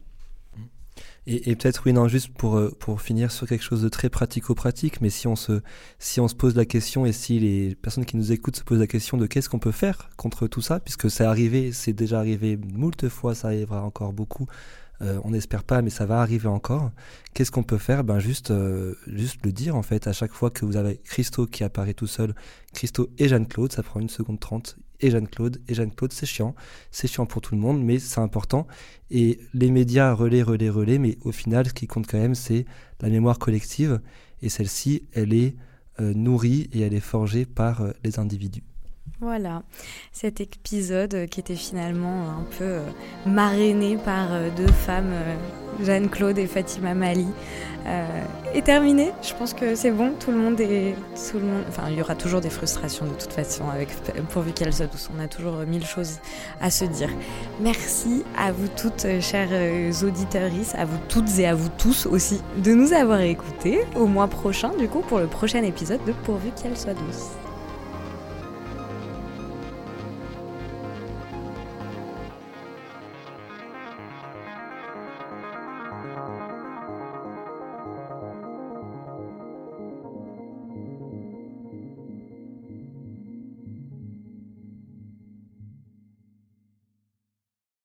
Et, et peut-être, oui, non, juste pour, pour finir sur quelque chose de très pratico-pratique, mais si on, se, si on se pose la question et si les personnes qui nous écoutent se posent la question de qu'est-ce qu'on peut faire contre tout ça, puisque c'est arrivé, c'est déjà arrivé moult fois, ça arrivera encore beaucoup, euh, on n'espère pas, mais ça va arriver encore. Qu'est-ce qu'on peut faire ? Ben juste, euh, juste le dire, en fait, à chaque fois que vous avez Christo qui apparaît tout seul, Christo et Jeanne-Claude, ça prend une seconde trente, et Jeanne-Claude, et Jeanne-Claude, c'est chiant, c'est chiant pour tout le monde, mais c'est important, et les médias relaient, relaient, relaient, mais au final, ce qui compte quand même, c'est la mémoire collective, et celle-ci, elle est euh, nourrie, et elle est forgée par euh, les individus. Voilà, cet épisode qui était finalement un peu euh, marrainé par euh, deux femmes, euh, Jeanne-Claude et Fatima Mali, euh, est terminé. Je pense que c'est bon, tout le monde est... Tout le monde, enfin, il y aura toujours des frustrations de toute façon, avec, pourvu qu'elles soient douces. On a toujours mille choses à se dire. Merci à vous toutes, chères auditrices, à vous toutes et à vous tous aussi, de nous avoir écoutés. Au mois prochain, du coup, pour le prochain épisode de Pourvu qu'elles soient douces.